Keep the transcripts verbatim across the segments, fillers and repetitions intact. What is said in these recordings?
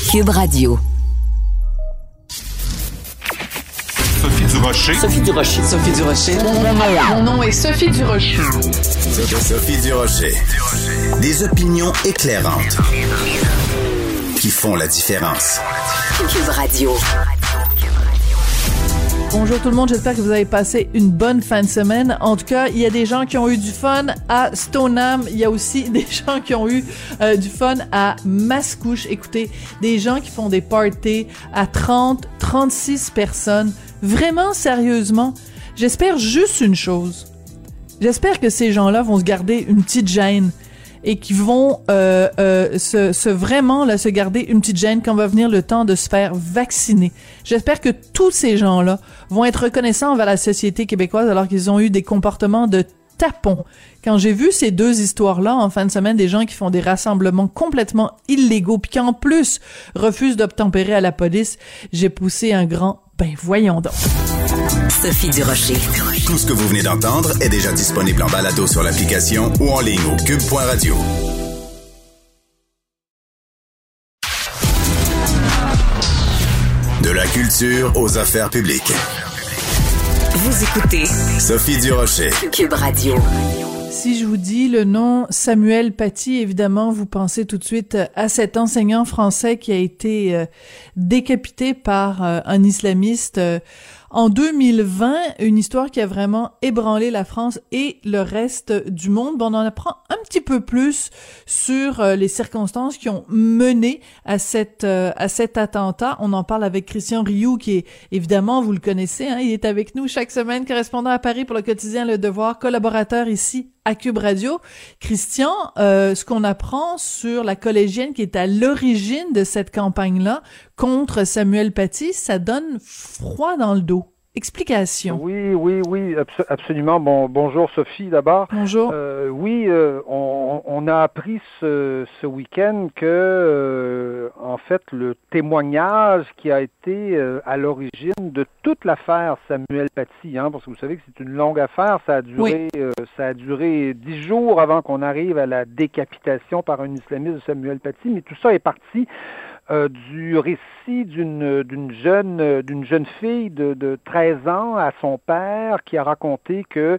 Cube Radio. Sophie Durocher. Sophie Durocher. Sophie Durocher. Mon nom est Sophie Durocher. Sophie Durocher. Des opinions éclairantes qui font la différence. Cube Radio. Bonjour tout le monde, j'espère que vous avez passé une bonne fin de semaine. En tout cas, il y a des gens qui ont eu du fun à Stoneham. Il y a aussi des gens qui ont eu euh, du fun à Mascouche. Écoutez, des gens qui font des parties à trente, trente-six personnes. Vraiment, sérieusement, j'espère juste une chose. J'espère que ces gens-là vont se garder une petite gêne et qui vont euh, euh, se, se vraiment là se garder une petite gêne quand va venir le temps de se faire vacciner. J'espère que tous ces gens-là vont être reconnaissants envers la société québécoise alors qu'ils ont eu des comportements de tapons. Quand j'ai vu ces deux histoires-là en fin de semaine, des gens qui font des rassemblements complètement illégaux puis qui en plus refusent d'obtempérer à la police, j'ai poussé un grand « ben voyons donc ». Sophie Durocher. Tout ce que vous venez d'entendre est déjà disponible en balado sur l'application ou en ligne au cube point radio. De la culture aux affaires publiques. Vous écoutez Sophie Durocher. Cube Radio. Si je vous dis le nom Samuel Paty, évidemment, vous pensez tout de suite à cet enseignant français qui a été euh, décapité par euh, un islamiste euh, en deux mille vingt, une histoire qui a vraiment ébranlé la France et le reste du monde. Bon, on en apprend un petit peu plus sur euh, les circonstances qui ont mené à cette euh, à cet attentat. On en parle avec Christian Rioux, qui est, évidemment, vous le connaissez, hein, il est avec nous chaque semaine, correspondant à Paris pour le quotidien Le Devoir, collaborateur ici à Cube Radio. Christian, euh, ce qu'on apprend sur la collégienne qui est à l'origine de cette campagne-là contre Samuel Paty, ça donne froid dans le dos. Explication. Oui, oui, oui, abso- absolument. Bon, bonjour Sophie d'abord. Bonjour. Euh, oui, euh, on, on a appris ce, ce week-end que, euh, en fait, le témoignage qui a été euh, à l'origine de toute l'affaire Samuel Paty, hein, parce que vous savez que c'est une longue affaire, ça a duré, oui. euh, ça a duré dix jours avant qu'on arrive à la décapitation par un islamiste de Samuel Paty, mais tout ça est parti Euh, du récit d'une, d'une jeune d'une jeune fille de, de treize ans à son père qui a raconté que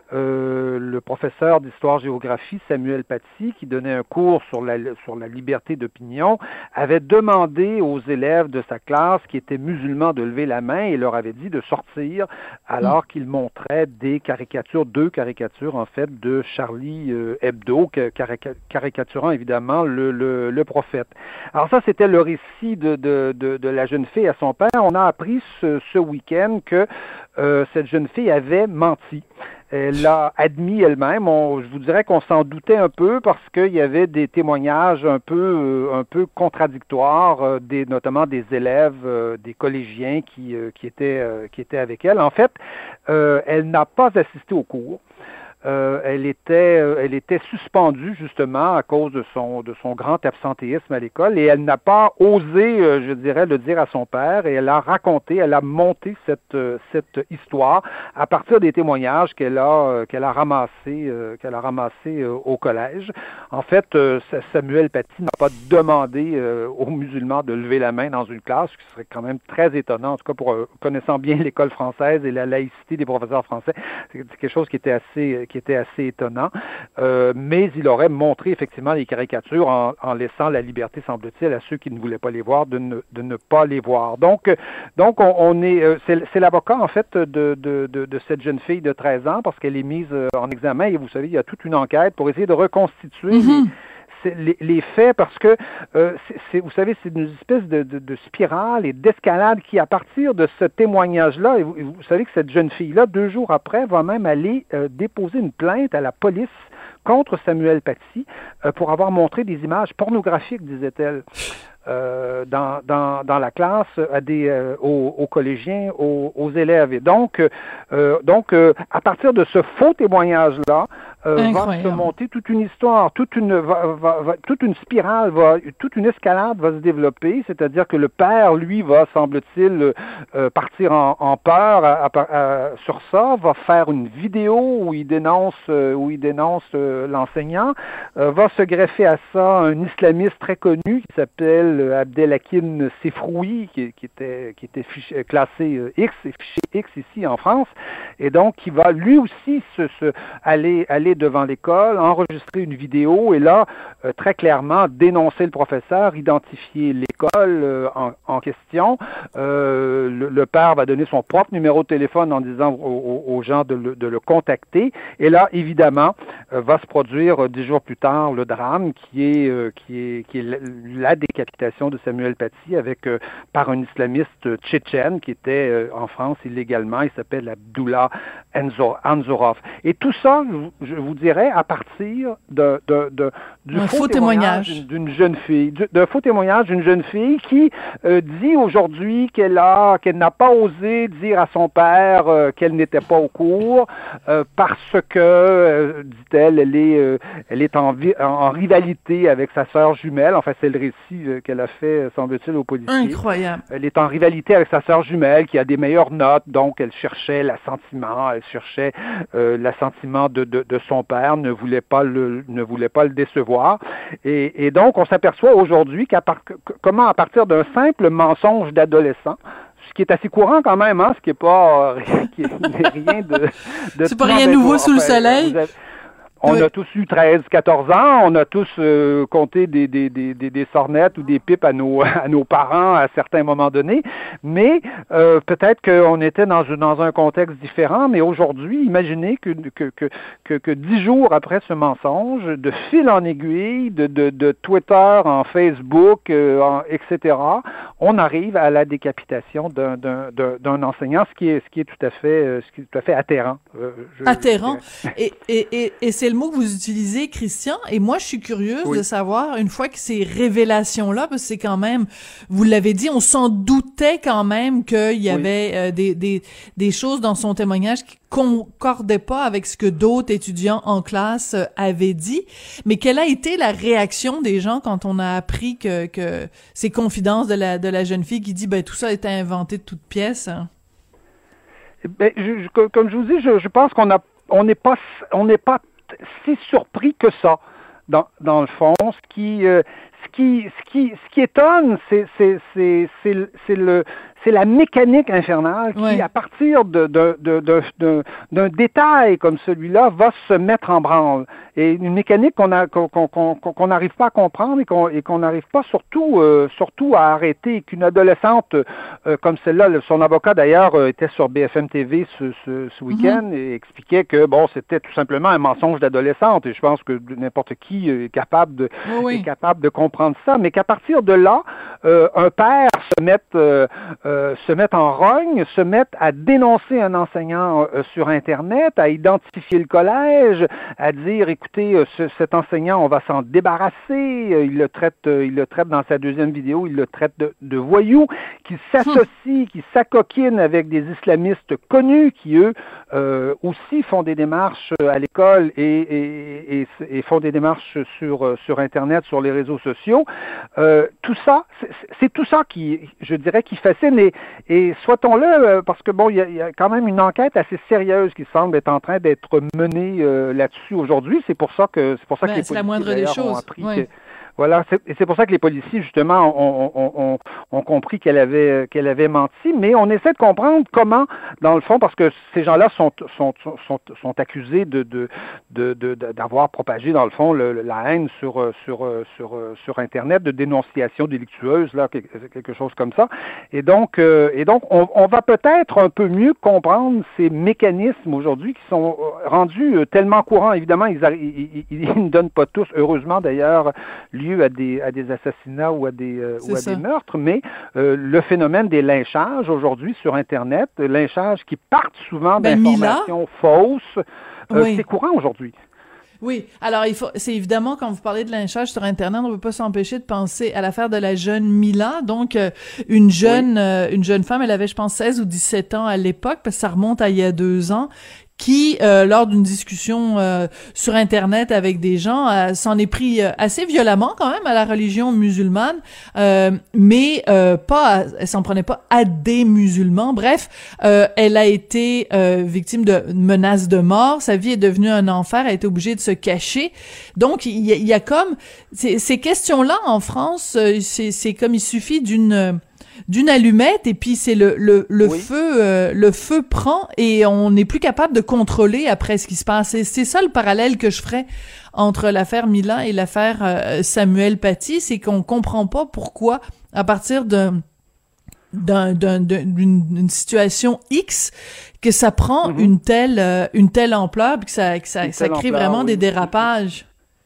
euh, le professeur d'histoire-géographie, Samuel Paty, qui donnait un cours sur la, sur la liberté d'opinion, avait demandé aux élèves de sa classe qui étaient musulmans de lever la main et leur avait dit de sortir alors qu'il montrait des caricatures, deux caricatures en fait, de Charlie euh, Hebdo, carica- caricaturant évidemment le, le, le prophète. Alors ça, c'était le récit de, de, de, de la jeune fille à son père. On a appris ce, ce week-end que euh, cette jeune fille avait menti. Elle l'a admis elle-même. On, je vous dirais qu'on s'en doutait un peu parce qu'il y avait des témoignages un peu, euh, un peu contradictoires, euh, des, notamment des élèves, euh, des collégiens qui, euh, qui, étaient, euh, qui étaient avec elle. En fait, euh, elle n'a pas assisté au cours. Euh, elle était, euh, elle était suspendue justement à cause de son, de son grand absentéisme à l'école et elle n'a pas osé, euh, je dirais, le dire à son père et elle a raconté, elle a monté cette, euh, cette histoire à partir des témoignages qu'elle a, euh, qu'elle a ramassés, euh, qu'elle a ramassés euh, au collège. En fait, euh, Samuel Paty n'a pas demandé euh, aux musulmans de lever la main dans une classe, ce qui serait quand même très étonnant, en tout cas pour euh, connaissant bien l'école française et la laïcité des professeurs français, c'est quelque chose qui était assez qui était assez étonnant, euh, mais il aurait montré effectivement les caricatures en, en laissant la liberté, semble-t-il, à ceux qui ne voulaient pas les voir, de ne, de ne pas les voir. Donc, donc on, on est, euh, c'est, c'est l'avocat en fait de, de, de, de cette jeune fille de treize ans parce qu'elle est mise en examen et vous savez, il y a toute une enquête pour essayer de reconstituer mm-hmm. les, Les, les faits parce que, euh, c'est, c'est, vous savez, c'est une espèce de, de, de spirale et d'escalade qui, à partir de ce témoignage-là, et vous, et vous savez que cette jeune fille-là, deux jours après, va même aller euh, déposer une plainte à la police contre Samuel Paty euh, pour avoir montré des images pornographiques, disait-elle. Euh, dans, dans, dans la classe à des, euh, aux, aux collégiens, aux, aux élèves. Et donc, euh, donc euh, à partir de ce faux témoignage-là, euh, va se monter toute une histoire, toute une, va, va, va, toute une spirale, va, toute une escalade va se développer, c'est-à-dire que le père, lui, va, semble-t-il, euh, partir en, en peur à, à, à, sur ça, va faire une vidéo où il dénonce, euh, où il dénonce euh, l'enseignant, euh, va se greffer à ça un islamiste très connu qui s'appelle Abdelhakim Sefroui, qui, qui était, qui était fiché, classé euh, X, fiché X ici en France, et donc qui va lui aussi se, se aller, aller devant l'école, enregistrer une vidéo, et là, euh, très clairement, dénoncer le professeur, identifier l'école euh, en, en question. Euh, le, le père va donner son propre numéro de téléphone en disant aux, aux gens de le, de le contacter, et là, évidemment, euh, va se produire euh, dix jours plus tard le drame qui est, euh, qui est, qui est la, la décapitation de Samuel Paty avec, euh, par un islamiste tchétchène qui était euh, en France illégalement. Il s'appelle Abdullah Anzorov. Et tout ça, je, je vous dirais, à partir de, de, de, du un faux, faux témoignage, témoignage d'une jeune fille, d'un faux témoignage d'une jeune fille qui euh, dit aujourd'hui qu'elle a, qu'elle n'a pas osé dire à son père euh, qu'elle n'était pas au cours euh, parce que, euh, dit-elle, elle est, euh, elle est en, vi- en rivalité avec sa sœur jumelle. Enfin, c'est le récit euh, qu'elle a fait, semble-t-il, au policier. Incroyable. Elle est en rivalité avec sa sœur jumelle qui a des meilleures notes, donc elle cherchait l'assentiment, elle cherchait euh, l'assentiment de, de, de son père, ne voulait pas le, ne voulait pas le décevoir. Et, et donc, on s'aperçoit aujourd'hui qu'à part, comment, à partir d'un simple mensonge d'adolescent, ce qui est assez courant quand même, hein, ce qui est pas euh, qui est rien de, de c'est pas rien de nouveau sous enfin, le soleil. Avez, on oui. a tous eu treize, quatorze ans, on a tous euh, compté des, des, des, des, des sornettes ou des pipes à nos, à nos parents à certains moments donnés, mais euh, peut-être qu'on était dans, dans un contexte différent, mais aujourd'hui, imaginez que, que, que, que, que dix jours après ce mensonge, de fil en aiguille, de, de, de Twitter en Facebook, euh, en, et cetera, on arrive à la décapitation d'un, d'un, d'un, d'un enseignant, ce qui est, ce qui est tout à fait, ce qui est tout à fait atterrant. Euh, je, atterrant. Je et, et, et, et c'est le mot que vous utilisez, Christian, et moi, je suis curieuse oui. de savoir, une fois que ces révélations-là, parce que c'est quand même, vous l'avez dit, on s'en doutait quand même qu'il y avait oui. euh, des, des, des choses dans son témoignage qui concordaient pas avec ce que d'autres étudiants en classe euh, avaient dit, mais quelle a été la réaction des gens quand on a appris que, que ces confidences de la, de la jeune fille qui dit, ben, tout ça était inventé de toutes pièces? Hein? Ben, je, je, comme je vous dis, je, je pense qu'on a, on n'est pas, on n'est pas si surpris que ça, dans, dans le fond. Ce qui, euh, ce qui, ce qui, ce qui étonne, c'est, c'est, c'est, c'est, c'est le, c'est la mécanique infernale qui, oui. à partir de, de, de, de, de, d'un détail comme celui-là, va se mettre en branle. Et une mécanique qu'on a, qu'on, qu'on, qu'on, qu'on n'arrive pas à comprendre et qu'on, et qu'on n'arrive pas surtout, euh, surtout à arrêter. Qu'une adolescente euh, comme celle-là, le, son avocat d'ailleurs euh, était sur B F M T V ce, ce, ce week-end mm-hmm. et expliquait que bon, c'était tout simplement un mensonge d'adolescente. Et je pense que n'importe qui est capable de, oui. est capable de comprendre ça. Mais qu'à partir de là, euh, un père se mette, euh, euh, se mette en rogne, se mette à dénoncer un enseignant euh, sur Internet, à identifier le collège, à dire écoutez, euh, ce, cet enseignant, on va s'en débarrasser. Euh, il le traite, euh, il le traite dans sa deuxième vidéo, il le traite de, de voyou, qui s'associe, hum. qui s'acoquine avec des islamistes connus qui, eux, euh, aussi font des démarches à l'école et, et, et, et font des démarches sur, sur Internet, sur les réseaux sociaux. Euh, tout ça, c'est, c'est tout ça qui, je dirais, qui fascine. Et, et souhaitons-le, parce que bon, il y, y a quand même une enquête assez sérieuse qui semble être en train d'être menée euh, là-dessus aujourd'hui. C'est pour ça que c'est pour ça ben, que les policiers, la moindre des choses. Ont appris oui. que voilà, c'est, et c'est pour ça que les policiers, justement, ont, ont, ont, ont compris qu'elle avait, qu'elle avait menti, mais on essaie de comprendre comment, dans le fond, parce que ces gens-là sont, sont, sont, sont accusés de, de, de, de, d'avoir propagé, dans le fond, le, la haine sur, sur, sur, sur Internet, de dénonciation délictueuse, là, quelque chose comme ça. Et donc, euh, et donc on, on va peut-être un peu mieux comprendre ces mécanismes aujourd'hui qui sont rendus tellement courants. Évidemment, ils, ils, ils, ils ne donnent pas tous, heureusement d'ailleurs, lieu à des, à des assassinats ou à des, euh, ou à des meurtres, mais euh, le phénomène des lynchages aujourd'hui sur Internet, lynchages qui partent souvent ben, d'informations Mila. fausses, euh, oui. c'est courant aujourd'hui. Oui, alors il faut, c'est évidemment quand vous parlez de lynchage sur Internet, on ne peut pas s'empêcher de penser à l'affaire de la jeune Mila, donc euh, une jeune, oui. euh, une jeune femme, elle avait je pense seize ou dix-sept ans à l'époque, parce que ça remonte à il y a deux ans, qui, euh, lors d'une discussion euh, sur Internet avec des gens, euh, s'en est pris euh, assez violemment quand même à la religion musulmane, euh, mais euh, pas, à, elle s'en prenait pas à des musulmans. Bref, euh, elle a été euh, victime de menaces de mort. Sa vie est devenue un enfer. Elle a été obligée de se cacher. Donc, il y a, il y a comme ces, ces questions-là en France, euh, c'est, c'est comme il suffit d'une d'une allumette et puis c'est le le, le oui. feu euh, le feu prend et on n'est plus capable de contrôler après ce qui se passe. Et c'est ça le parallèle que je ferais entre l'affaire Milan et l'affaire euh, Samuel Paty, c'est qu'on comprend pas pourquoi à partir d'un d'un, d'un d'une, d'une situation X que ça prend mm-hmm. une telle euh, une telle ampleur puis que ça que ça, ça crée ampleur, vraiment oui. des dérapages.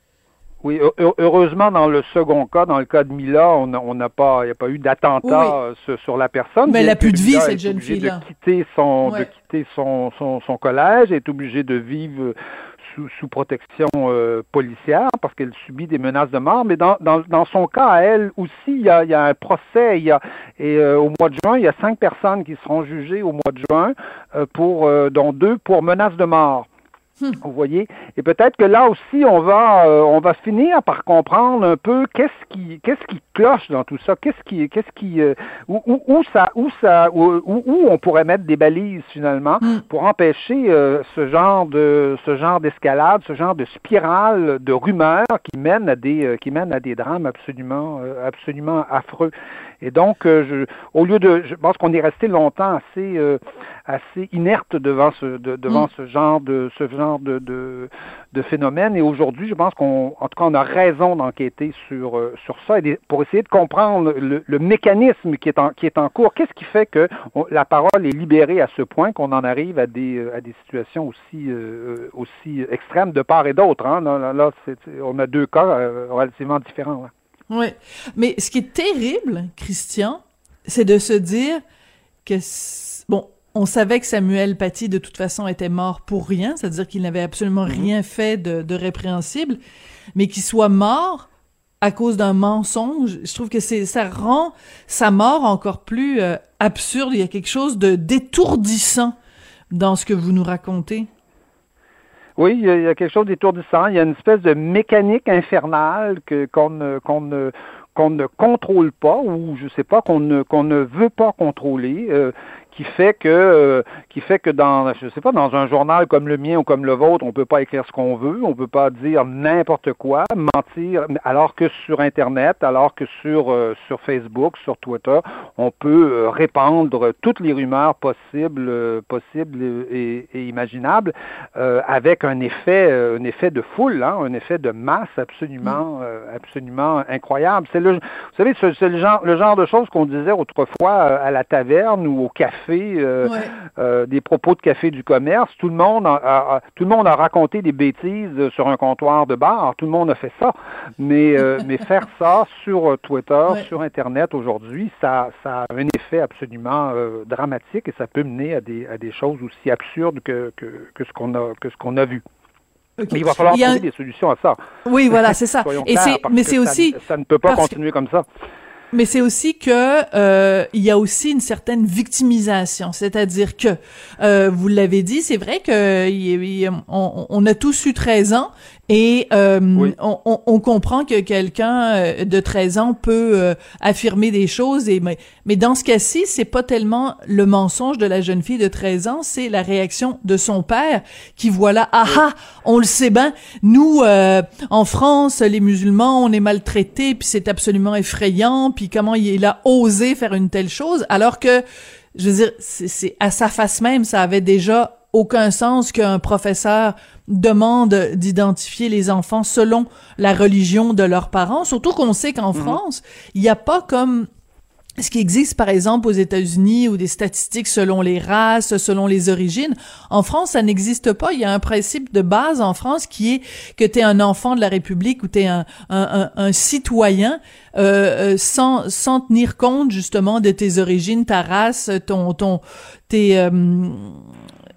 Oui, heureusement, dans le second cas, dans le cas de Mila, on n'a on a pas, il n'y a pas eu d'attentat oui. sur, sur la personne. Mais elle n'a plus de vie, cette jeune fille-là. De quitter son, ouais. de quitter son, son, son collège, est obligée de vivre sous, sous protection euh, policière parce qu'elle subit des menaces de mort. Mais dans, dans, dans son cas, à elle aussi, il y a, il y a un procès. Il y a, et euh, au mois de juin, il y a cinq personnes qui seront jugées au mois de juin, euh, pour, euh, dont deux pour menaces de mort. Hmm. Vous voyez, et peut-être que là aussi on va euh, on va finir par comprendre un peu qu'est-ce qui qu'est-ce qui cloche dans tout ça, qu'est-ce qui qu'est-ce qui euh, où, où, où ça où ça où, où on pourrait mettre des balises finalement hmm. pour empêcher euh, ce genre de ce genre d'escalade, ce genre de spirale de rumeurs qui mène à des euh, qui mène à des drames absolument euh, absolument affreux. Et donc, euh, je, au lieu de, je pense qu'on est resté longtemps assez, euh, assez inerte devant ce, de, devant mm. ce genre de, ce genre de, de, de phénomène. Et aujourd'hui, je pense qu'on, en tout cas, on a raison d'enquêter sur, euh, sur ça et des, pour essayer de comprendre le, le mécanisme qui est en, qui est en cours. Qu'est-ce qui fait que on, la parole est libérée à ce point qu'on en arrive à des, à des situations aussi, euh, aussi extrêmes de part et d'autre. Hein. Là, là c'est, on a deux cas euh, relativement différents. Là. Oui, mais ce qui est terrible, Christian, c'est de se dire que, bon, on savait que Samuel Paty, de toute façon, était mort pour rien, c'est-à-dire qu'il n'avait absolument mm-hmm. rien fait de, de répréhensible, mais qu'il soit mort à cause d'un mensonge, je trouve que c'est ça rend sa mort encore plus euh, absurde. Il y a quelque chose de d'étourdissant dans ce que vous nous racontez. Oui, il y a quelque chose d'étourdissant. Il y a une espèce de mécanique infernale que, qu'on ne, qu'on ne, qu'on ne contrôle pas, ou je sais pas, qu'on ne, qu'on ne veut pas contrôler, euh, qui fait que, euh, qui fait que dans, je sais pas, dans un journal comme le mien ou comme le vôtre, on peut pas écrire ce qu'on veut, on peut pas dire n'importe quoi, mentir, alors que sur Internet, alors que sur, euh, sur Facebook, sur Twitter, on peut euh, répandre toutes les rumeurs possibles, euh, possibles et, et imaginables, euh, avec un effet, euh, un effet de foule, hein, un effet de masse absolument, euh, absolument incroyable. C'est le, vous savez, c'est, c'est le genre, le genre de choses qu'on disait autrefois à la taverne ou au café. Euh, ouais. euh, des propos de café du commerce, tout le monde a, a, tout le monde a raconté des bêtises sur un comptoir de bar, tout le monde a fait ça, mais euh, mais faire ça sur Twitter, ouais. sur Internet aujourd'hui, ça ça a un effet absolument euh, dramatique et ça peut mener à des à des choses aussi absurdes que que, que ce qu'on a que ce qu'on a vu. Okay. Mais il va falloir il a... trouver des solutions à ça. Oui, voilà, c'est ça. Et c'est mais c'est aussi ça, ça ne peut pas continuer que... comme ça. Mais c'est aussi que euh, il y a aussi une certaine victimisation, c'est-à-dire que euh, vous l'avez dit, c'est vrai que y, y, on, on a tous eu treize ans et euh, oui. on, on, on comprend que quelqu'un de treize ans peut euh, affirmer des choses et mais mais dans ce cas-ci, c'est pas tellement le mensonge de la jeune fille de treize ans, c'est la réaction de son père qui voit là, ah ah, on le sait bien, nous euh, en France, les musulmans, on est maltraités puis c'est absolument effrayant puis comment il a osé faire une telle chose, alors que, je veux dire, c'est, c'est à sa face même, ça avait déjà aucun sens qu'un professeur demande d'identifier les enfants selon la religion de leurs parents, surtout qu'on sait qu'en mmh. France, il n'y a pas comme ce qui existe, par exemple, aux États-Unis, ou des statistiques selon les races, selon les origines. En France, ça n'existe pas. Il y a un principe de base en France qui est que t'es un enfant de la République ou t'es un, un, un, un citoyen euh, sans, sans tenir compte, justement, de tes origines, ta race, ton, ton, tes... Euh,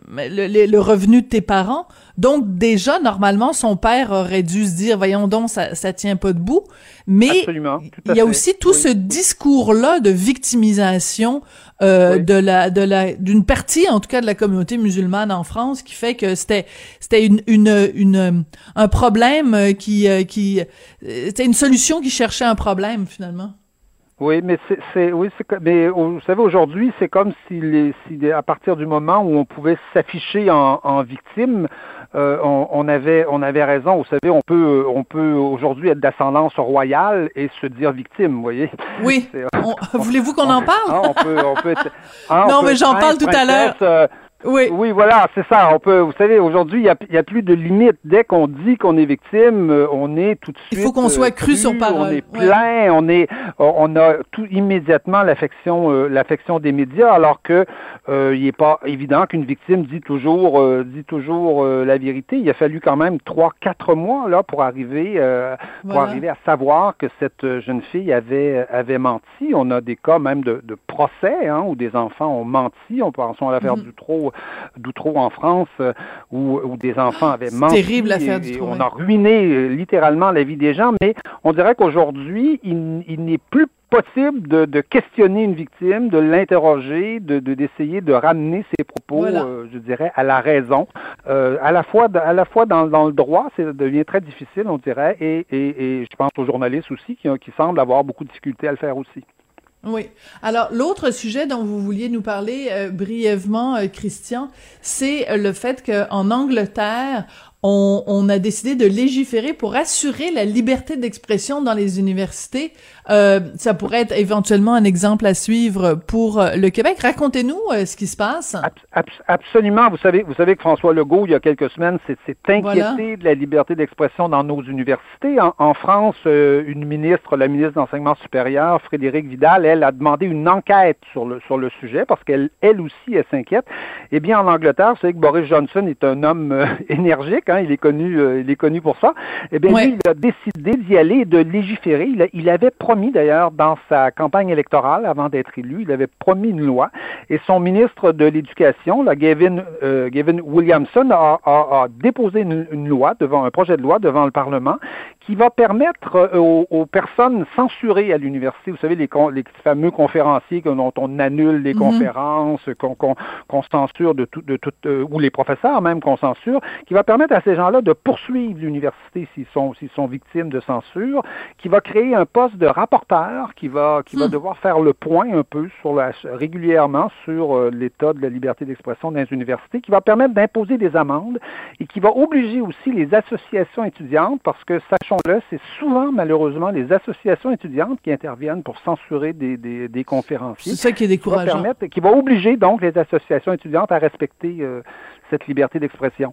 le, le, le revenu de tes parents. Donc, déjà, normalement, son père aurait dû se dire, voyons donc, ça, ça tient pas debout. Mais Absolument, tout à il y a fait. aussi tout oui. ce discours-là de victimisation euh, Oui. de la, de la, d'une partie, en tout cas, de la communauté musulmane en France, qui fait que c'était, c'était une, une, une, un problème qui, qui, c'était une solution qui cherchait un problème, finalement. Oui, mais c'est, c'est oui, c'est comme- mais vous savez aujourd'hui, c'est comme si, les, si les- à partir du moment où on pouvait s'afficher en, en victime, euh, on, on avait on avait raison. Vous savez, on peut on peut aujourd'hui être d'ascendance royale et se dire victime. Vous voyez. Oui. C'est- On, voulez-vous qu'on on en peut- parle? ah, on peut on peut être, ah, on Non, peut mais être j'en prince, parle tout à l'heure. princesse, euh, Oui. Oui, voilà, c'est ça. On peut, vous savez, aujourd'hui, il y a, il y a plus de limite. Dès qu'on dit qu'on est victime, euh, on est tout de suite. Il faut qu'on soit cru sur parole. On est Ouais. plein, on est, on a tout immédiatement l'affection, euh, l'affection des médias, alors que euh, il n'est pas évident qu'une victime dit toujours, euh, dit toujours euh, la vérité. Il a fallu quand même trois, quatre mois là pour arriver, euh, pour Voilà. arriver à savoir que cette jeune fille avait avait menti. On a des cas même de, de procès, hein, où des enfants ont menti. On pense à l'affaire Mhm. Doutreau. Doutreau en France, euh, où, où des enfants avaient C'est menti. terrible, l'affaire et, Doutreau, et on ouais. a ruiné euh, littéralement la vie des gens, mais on dirait qu'aujourd'hui, il, il n'est plus possible de, de questionner une victime, de l'interroger, de, de d'essayer de ramener ses propos, Voilà. euh, je dirais, à la raison. Euh, à la fois, à la fois dans, dans le droit, ça devient très difficile, on dirait, et, et, et je pense aux journalistes aussi qui, qui semblent avoir beaucoup de difficultés à le faire aussi. Oui. Alors, l'autre sujet dont vous vouliez nous parler euh, brièvement, euh, Christian, c'est euh, le fait qu'en Angleterre, on, on a décidé de légiférer pour assurer la liberté d'expression dans les universités. Euh, ça pourrait être éventuellement un exemple à suivre pour euh, le Québec. Racontez-nous euh, ce qui se passe. Ab- ab- absolument. Vous savez, vous savez que François Legault, il y a quelques semaines, s'est, s'est inquiété Voilà. de la liberté d'expression dans nos universités. En, en France, euh, une ministre, la ministre de l'Enseignement supérieur, Frédérique Vidal, elle a demandé une enquête sur le sur le sujet parce qu'elle elle aussi, elle s'inquiète. Eh bien, en Angleterre, vous savez que Boris Johnson est un homme euh, énergique. Hein, il est connu, euh, il est connu pour ça. Eh bien, Ouais. lui, il a décidé d'y aller et de légiférer. Il, a- il avait promis d'ailleurs dans sa campagne électorale, avant d'être élu, il avait promis une loi. Et son ministre de l'Éducation, là, Gavin, euh, Gavin Williamson, a, a, a déposé une, une loi devant un projet de loi devant le Parlement qui va permettre euh, aux, aux personnes censurées à l'université, vous savez, les, con, les fameux conférenciers dont on annule les Mhm. conférences, qu'on, qu'on, qu'on censure de tout, de tout euh, ou les professeurs même qu'on censure, qui va permettre à ces gens-là de poursuivre l'université s'ils sont, s'ils sont victimes de censure, qui va créer un poste de rapporteur qui va, qui va Hmm. devoir faire le point un peu sur la, régulièrement sur euh, l'état de la liberté d'expression dans les universités, qui va permettre d'imposer des amendes et qui va obliger aussi les associations étudiantes, parce que, sachons-le, c'est souvent, malheureusement, les associations étudiantes qui interviennent pour censurer des, des, des conférenciers. C'est ça qui est Qui va décourageant. permettre, qui va obliger donc les associations étudiantes à respecter euh, cette liberté d'expression.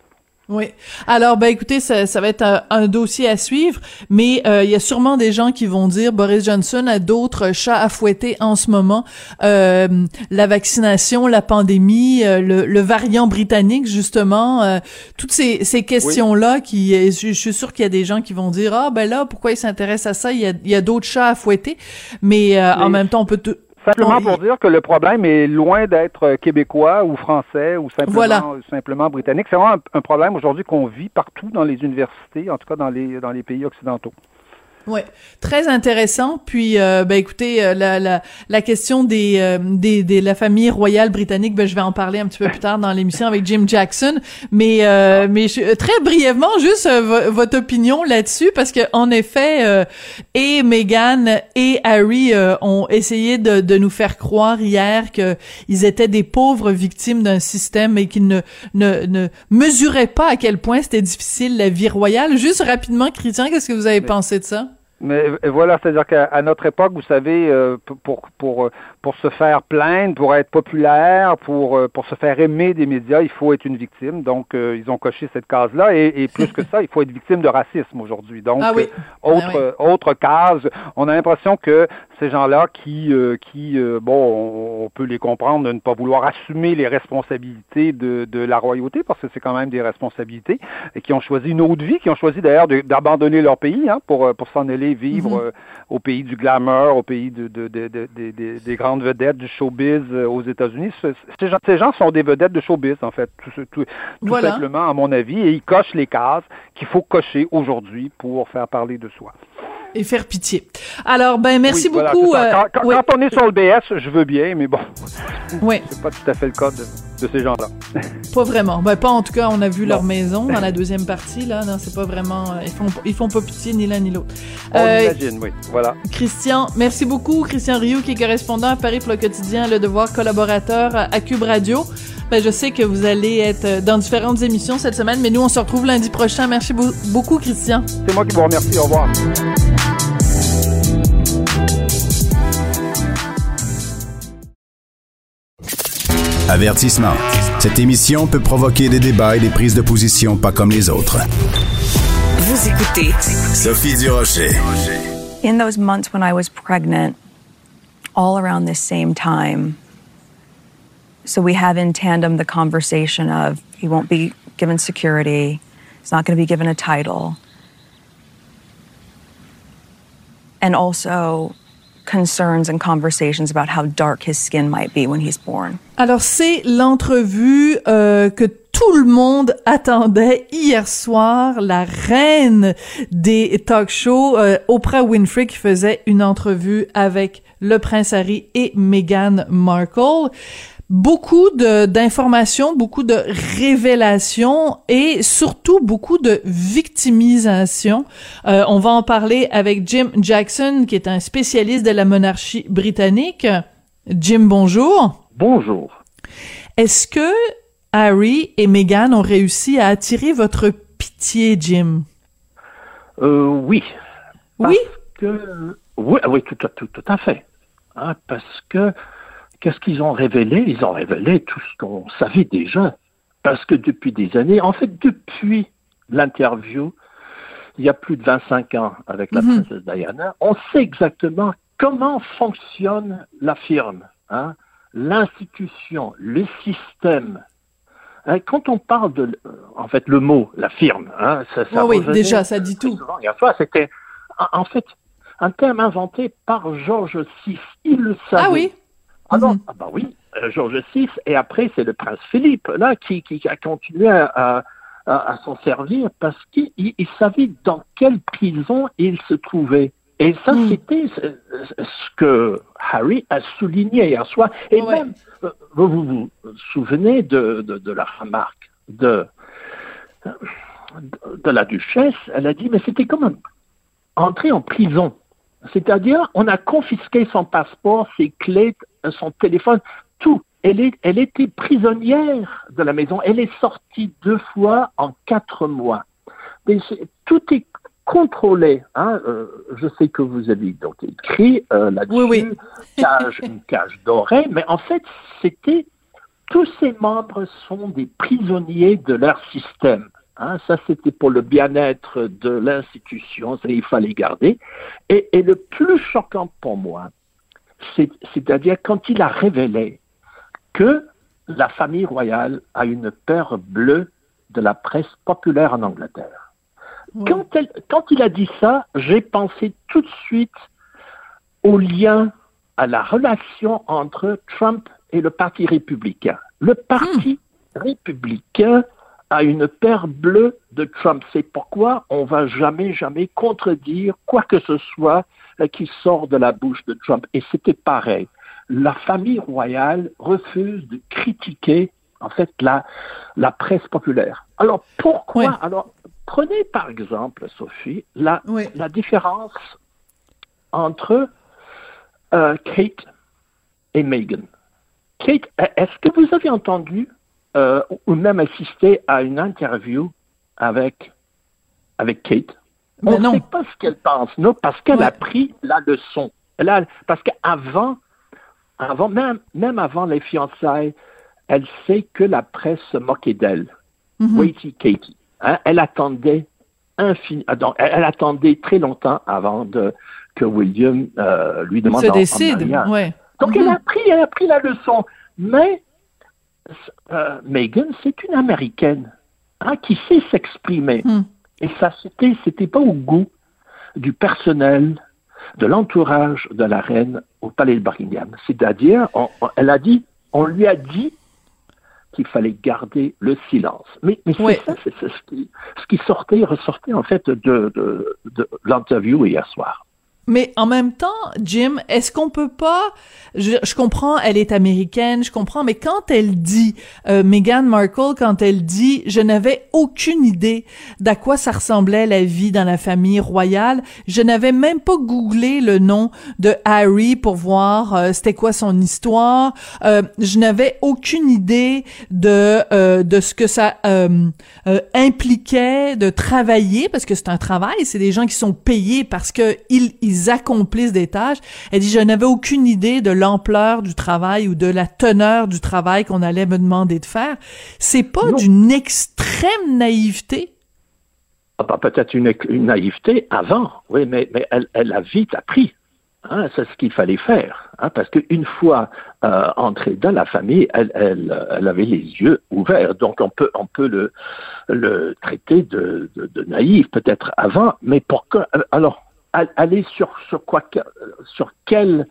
Oui. Alors, ben écoutez, ça, ça va être un, un dossier à suivre, mais euh, il y a sûrement des gens qui vont dire Boris Johnson a d'autres chats à fouetter en ce moment. Euh, la vaccination, la pandémie, euh, le, le variant britannique, justement, euh, toutes ces, ces questions-là, qui, je, je suis sûre qu'il y a des gens qui vont dire ah ben là, pourquoi ils s'intéressent à ça Il y a, il y a d'autres chats à fouetter, mais euh, en Mais- même temps, on peut tout. Simplement on- pour dire que le problème est loin d'être québécois ou français ou simplement, Voilà. simplement britannique. C'est vraiment un, un problème aujourd'hui qu'on vit partout dans les universités, en tout cas dans les, dans les pays occidentaux. Ouais, très intéressant. Puis, euh, ben écoutez, euh, la la la question des euh, des des la famille royale britannique, ben je vais en parler un petit peu plus tard dans l'émission avec Jim Jackson. Mais euh, mais je, très brièvement, juste euh, vo- votre opinion là-dessus, parce que en effet, euh, et Meghan et Harry euh, ont essayé de de nous faire croire hier que ils étaient des pauvres victimes d'un système et qu'ils ne ne ne mesuraient pas à quel point c'était difficile la vie royale. Juste rapidement, Christian, qu'est-ce que vous avez Mais- pensé de ça? Mais euh, voilà, c'est-à-dire qu'à à notre époque, vous savez, euh, pour pour euh, pour se faire plaindre, pour être populaire, pour euh, pour se faire aimer des médias, il faut être une victime. Donc, euh, ils ont coché cette case-là. Et, et plus que ça, il faut être victime de racisme aujourd'hui. Donc, Ah oui. euh, autre Ah oui. euh, autre case. On a l'impression que ces gens-là qui, euh, qui euh, bon, on, on peut les comprendre de ne pas vouloir assumer les responsabilités de, de la royauté, parce que c'est quand même des responsabilités, et qui ont choisi une autre vie, qui ont choisi d'ailleurs de, d'abandonner leur pays hein, pour, pour s'en aller vivre mm-hmm. euh, au pays du glamour, au pays de, de, de, de, de, de, des grandes vedettes du showbiz euh, aux États-Unis. Ces gens, ces gens sont des vedettes de showbiz, en fait, tout, tout, tout voilà. simplement, à mon avis, et ils cochent les cases qu'il faut cocher aujourd'hui pour faire parler de soi. Et faire pitié. Alors, ben, merci oui, beaucoup. Voilà, quand, quand, oui. quand on est sur le B S, je veux bien, mais bon, oui. c'est pas tout à fait le cas de, de ces gens-là. Pas vraiment. Ben, pas en tout cas, on a vu non. leur maison dans la deuxième partie, là. Non, c'est pas vraiment, ils font, ils font pas pitié ni l'un ni l'autre. On euh, imagine, oui. Voilà. Christian, merci beaucoup. Christian Rioux, qui est correspondant à Paris pour le quotidien Le Devoir, collaborateur à Cube Radio. Ben, je sais que vous allez être dans différentes émissions cette semaine, mais nous, on se retrouve lundi prochain. Merci beaucoup, Christian. C'est moi qui vous remercie. Au revoir. Avertissement. Cette émission peut provoquer des débats et des prises de position pas comme les autres. Vous écoutez Sophie Durocher. In those months when I was pregnant, all around this same time, so we have in tandem the conversation of he won't be given security, he's not going to be given a title, and also concerns and conversations about how dark his skin might be when he's born. Alors, c'est l'entrevue euh, que tout le monde attendait hier soir, la reine des talk-shows, euh, Oprah Winfrey, qui faisait une entrevue avec le prince Harry et Meghan Markle. Beaucoup de, d'informations, beaucoup de révélations et surtout beaucoup de victimisation. Euh, on va en parler avec Jim Jackson, qui est un spécialiste de la monarchie britannique. Jim, bonjour. Bonjour. Est-ce que Harry et Meghan ont réussi à attirer votre pitié, Jim? Euh, oui. Parce oui? Que, oui, oui, tout, tout, tout à fait. Hein, parce que qu'est-ce qu'ils ont révélé? Ils ont révélé tout ce qu'on savait déjà. Parce que depuis des années, en fait, depuis l'interview, il y a plus de vingt-cinq ans avec la mm-hmm. princesse Diana, on sait exactement comment fonctionne la firme, hein, l'institution, le système. Hein, quand on parle de, en fait, le mot, la firme, hein, ça, ça oh oui, déjà, ça dit tout. Souvent, hier soir, c'était, en fait, un terme inventé par George six. Il le savait. Ah oui? Ah non, mm-hmm. ah bah oui, euh, George six, et après c'est le prince Philippe, là, qui, qui a continué à, à, à, à s'en servir parce qu'il il, il savait dans quelle prison il se trouvait. Et ça, mm. c'était ce, ce que Harry a souligné hier soir. Et ouais. même, euh, vous, vous vous souvenez de, de, de la remarque de, de la duchesse, elle a dit, mais c'était comme entrer en prison. C'est-à-dire, on a confisqué son passeport, ses clés, son téléphone, tout. Elle, est, elle était prisonnière de la maison. Elle est sortie deux fois en quatre mois. Mais tout est contrôlé. Hein. Euh, je sais que vous avez donc écrit euh, là-dessus, oui, oui. cage, une cage dorée, mais en fait, c'était tous ces membres sont des prisonniers de leur système. Hein, ça, c'était pour le bien-être de l'institution, ça, il fallait garder. Et, et le plus choquant pour moi, c'est, c'est-à-dire quand il a révélé que la famille royale a une peur bleue de la presse populaire en Angleterre. Ouais. Quand, elle, quand il a dit ça, j'ai pensé tout de suite au lien, à la relation entre Trump et le Parti républicain. Le Parti mmh. républicain a une paire bleue de Trump. C'est pourquoi on va jamais, jamais contredire quoi que ce soit euh, qui sort de la bouche de Trump. Et c'était pareil. La famille royale refuse de critiquer, en fait, la, la presse populaire. Alors, pourquoi? Oui. Alors, prenez par exemple, Sophie, la, oui. la différence entre euh, Kate et Meghan. Kate, est-ce que vous avez entendu Euh, ou même assister à une interview avec, avec Kate. Mais on ne sait pas ce qu'elle pense, non, parce qu'elle ouais. a pris la leçon. Elle a, parce qu'avant, avant, même, même avant les fiançailles, elle sait que la presse se moquait d'elle. Mm-hmm. Waity Katie. Hein, elle attendait infini, donc, elle, elle attendait très longtemps avant de, que William euh, lui demande se en, décide, en mariage. ouais. Donc mm-hmm. elle a pris, elle a pris la leçon. Mais euh, Meghan, c'est une Américaine hein, qui sait s'exprimer. Mm. Et ça, c'était, c'était pas au goût du personnel, de l'entourage de la reine au palais de Buckingham. C'est-à-dire, on, on, elle a dit, on lui a dit qu'il fallait garder le silence. Mais, mais oui. c'est ça, c'est, c'est ce, qui, ce qui sortait, ressortait en fait de, de, de l'interview hier soir. Mais en même temps, Jim, est-ce qu'on peut pas... Je, je comprends, elle est américaine, je comprends, mais quand elle dit, euh, Meghan Markle, quand elle dit « Je n'avais aucune idée d'à quoi ça ressemblait la vie dans la famille royale, je n'avais même pas googlé le nom de Harry pour voir euh, c'était quoi son histoire, euh, je n'avais aucune idée de euh, de ce que ça euh, euh, impliquait de travailler, parce que c'est un travail, c'est des gens qui sont payés parce que ils, ils accomplissent des tâches. Elle dit, je n'avais aucune idée de l'ampleur du travail ou de la teneur du travail qu'on allait me demander de faire. C'est pas non. d'une extrême naïveté? Ah bah, peut-être une, une naïveté avant, oui, mais, mais elle, elle a vite appris. Hein, c'est ce qu'il fallait faire. Hein, parce qu'une fois euh, entrée dans la famille, elle, elle, elle avait les yeux ouverts. Donc on peut, on peut le, le traiter de, de, de naïf, peut-être avant, mais pourquoi? Alors, aller sur, sur quoi, sur quel,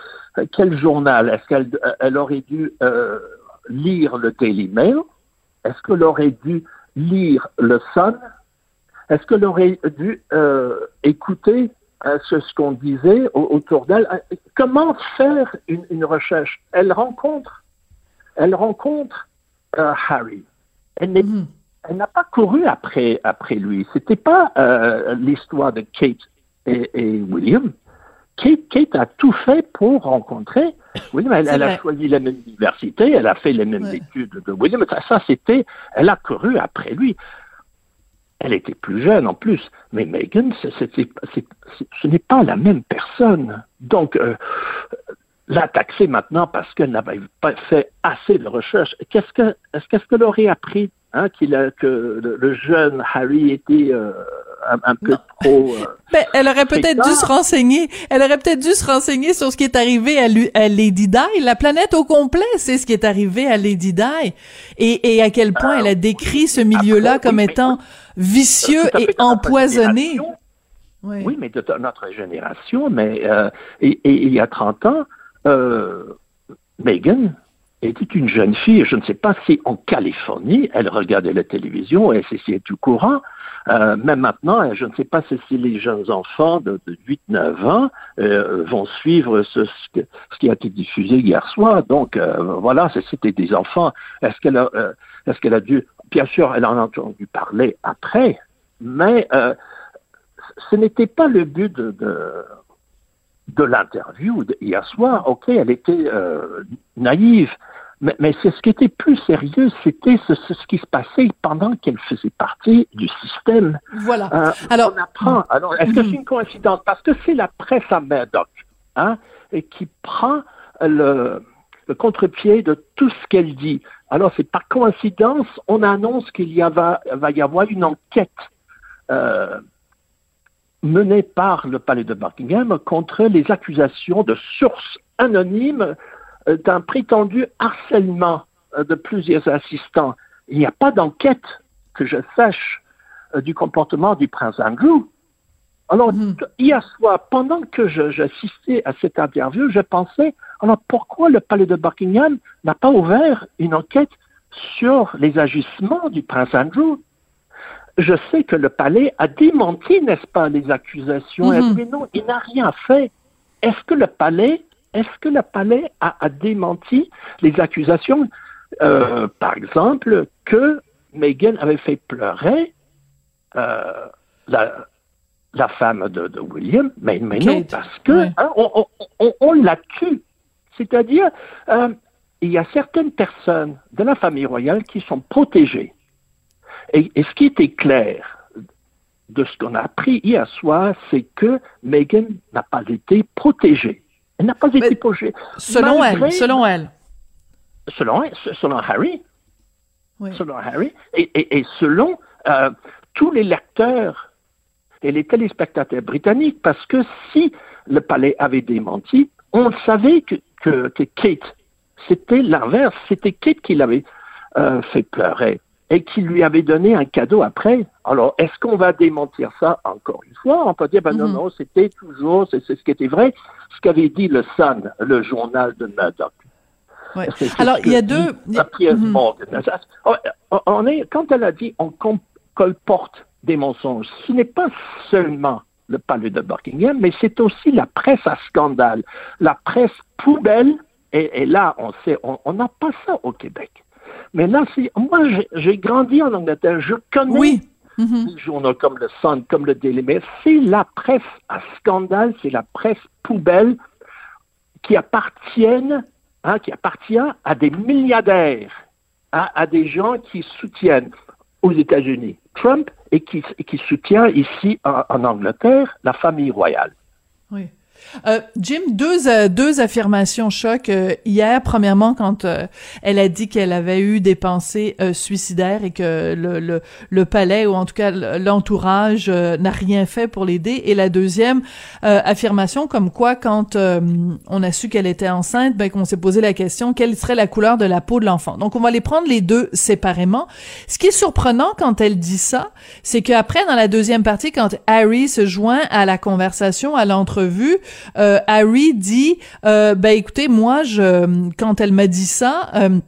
quel journal? Est-ce qu'elle elle aurait dû euh, lire le Daily Mail? Est-ce qu'elle aurait dû lire le Sun? Est-ce qu'elle aurait dû euh, écouter euh, ce, ce qu'on disait autour d'elle? Comment faire une, une recherche? Elle rencontre, elle rencontre euh, Harry. Elle n'est, mm. elle n'a pas couru après, après lui. C'était pas euh, l'histoire de Kate Et, et William. Kate, Kate a tout fait pour rencontrer William. Elle, elle a choisi la même université, elle a fait les mêmes ouais. études de William. Ça, ça, c'était, elle a couru après lui. Elle était plus jeune en plus, mais Meghan, c'est, c'est, c'est, c'est, ce n'est pas la même personne. Donc, euh, la taxer maintenant parce qu'elle n'avait pas fait assez de recherche. Qu'est-ce que, est-ce, qu'est-ce qu'elle aurait appris hein, qu'il a, que le, le jeune Harry était euh, un, un peu non. trop... Euh, ben, elle aurait peut-être dû se renseigner. Elle aurait peut-être dû se renseigner sur ce qui est arrivé à, lui, à Lady Di. La planète au complet, c'est ce qui est arrivé à Lady Di. Et, et à quel point euh, elle a décrit ce milieu-là après, comme oui, étant oui, vicieux et empoisonné. Oui. oui, mais de notre génération. Mais euh, et, et il y a trente ans, euh, Meghan était une jeune fille. Je ne sais pas si en Californie, elle regardait la télévision et c'est, c'est tout courant. Euh, même maintenant, je ne sais pas si, si les jeunes enfants de, de huit neuf ans euh, vont suivre ce, ce, que, ce qui a été diffusé hier soir. Donc, euh, voilà, c'était des enfants. Est-ce qu'elle a, euh, est-ce qu'elle a dû... Bien sûr, elle en a entendu parler après, mais euh, ce n'était pas le but de, de, de l'interview hier soir. OK, elle était euh, naïve. Mais, mais c'est ce qui était plus sérieux, c'était ce, ce, ce qui se passait pendant qu'elle faisait partie du système. Voilà. Euh, alors, on apprend. Alors, est-ce que c'est une coïncidence? Parce que c'est la presse à Murdoch, hein, et qui prend le, le contre-pied de tout ce qu'elle dit. Alors, c'est par coïncidence, on annonce qu'il y va, va y avoir une enquête euh, menée par le palais de Buckingham contre les accusations de sources anonymes d'un prétendu harcèlement de plusieurs assistants. Il n'y a pas d'enquête que je sache du comportement du prince Andrew. Alors, mmh. hier soir, pendant que je, j'assistais à cette interview, je pensais, alors pourquoi le palais de Buckingham n'a pas ouvert une enquête sur les agissements du prince Andrew? Je sais que le palais a démenti, n'est-ce pas, les accusations. Mmh. Mais non, il n'a rien fait. Est-ce que le palais Est-ce que le palais a, a démenti les accusations, euh, par exemple, que Meghan avait fait pleurer euh, la, la femme de, de William? Mais, mais non, parce que ouais. hein, on, on, on la tue. C'est-à-dire, euh, il y a certaines personnes de la famille royale qui sont protégées. Et, et ce qui était clair de ce qu'on a appris hier soir, c'est que Meghan n'a pas été protégée. Elle n'a pas été Mais protégée. Selon Malgré, elle, selon elle. Selon, selon Harry. Oui. Selon Harry. Et, et, et selon euh, tous les lecteurs et les téléspectateurs britanniques, parce que si le palais avait démenti. On savait que, que, que Kate, c'était l'inverse. C'était Kate qui l'avait euh, fait pleurer et qui lui avait donné un cadeau après. Alors, est-ce qu'on va démentir ça encore une fois? On peut dire, ben mm-hmm. non, non, c'était toujours, c'est, c'est ce qui était vrai, ce qu'avait dit le Sun, le journal de Murdoch. Ouais. Alors, il y a deux... Mm-hmm. On est, quand elle a dit, on colporte des mensonges, ce n'est pas seulement le palais de Buckingham, mais c'est aussi la presse à scandale, la presse poubelle, et, et là, on sait, on n'a pas ça au Québec. Mais là, c'est, moi, j'ai, j'ai grandi en Angleterre, je connais oui. mm-hmm. des journaux comme le Sun, comme le Daily Mail, c'est la presse à scandale, c'est la presse poubelle qui appartiennent, hein, qui appartient à des milliardaires, hein, à des gens qui soutiennent aux États-Unis Trump et qui, et qui soutient ici en, en Angleterre la famille royale. Oui. Euh, Jim, deux euh, deux affirmations choc euh, hier. Premièrement, quand euh, elle a dit qu'elle avait eu des pensées euh, suicidaires et que le, le le palais ou en tout cas l'entourage euh, n'a rien fait pour l'aider. Et la deuxième euh, affirmation, comme quoi quand euh, on a su qu'elle était enceinte, ben qu'on s'est posé la question quelle serait la couleur de la peau de l'enfant. Donc on va les prendre les deux séparément. Ce qui est surprenant quand elle dit ça, c'est qu'après dans la deuxième partie, quand Harry se joint à la conversation, à l'entrevue. Euh, Harry dit euh, ben écoutez moi je quand elle m'a dit ça euh,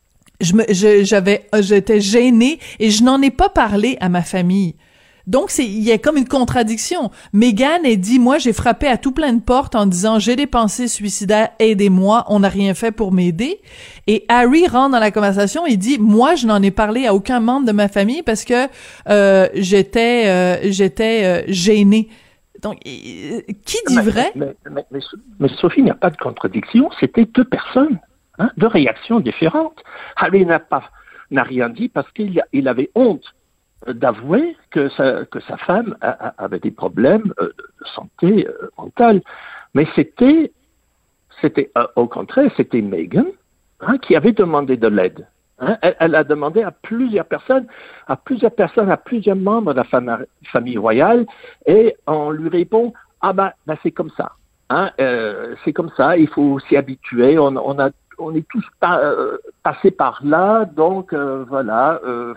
je me je, j'avais j'étais gênée et je n'en ai pas parlé à ma famille. Donc c'est il y a comme une contradiction. Meghan elle dit moi j'ai frappé à tout plein de portes en disant j'ai des pensées suicidaires, aidez-moi, on n'a rien fait pour m'aider. Et Harry rentre dans la conversation et dit moi je n'en ai parlé à aucun membre de ma famille parce que euh, j'étais euh, j'étais euh, gênée. Donc, qui dit mais, vrai? Mais, mais, mais, mais Sophie, il n'y a pas de contradiction. C'était deux personnes, hein, deux réactions différentes. Harry n'a pas n'a rien dit parce qu'il il avait honte d'avouer que sa, que sa femme a, a, avait des problèmes de santé euh, mentale. Mais c'était, c'était euh, au contraire, c'était Meghan hein, qui avait demandé de l'aide. Hein, elle, elle a demandé à plusieurs personnes, à plusieurs personnes, à plusieurs membres de la fam- famille royale, et on lui répond ah ben, ben c'est comme ça, hein, euh, c'est comme ça, il faut s'y habituer, on, on a, on est tous pa- euh, passés par là, donc euh, voilà, euh,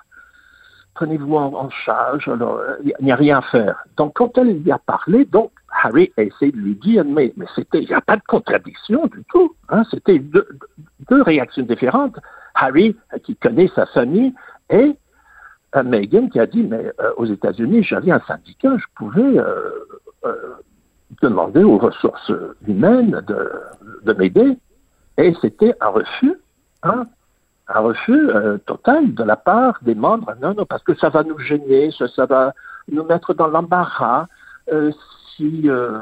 prenez-vous en, en charge, alors il n'y a rien à faire. Donc quand elle lui a parlé, donc Harry a essayé de lui dire mais mais c'était, il n'y a pas de contradiction du tout, hein, c'était deux, deux réactions différentes. Harry, qui connaît sa famille, et euh, Meghan qui a dit, mais euh, aux États-Unis, j'avais un syndicat, je pouvais euh, euh, demander aux ressources humaines de, de m'aider. Et c'était un refus, hein, un refus euh, total de la part des membres. Non, non, parce que ça va nous gêner, ça, ça va nous mettre dans l'embarras. Euh, si... Euh,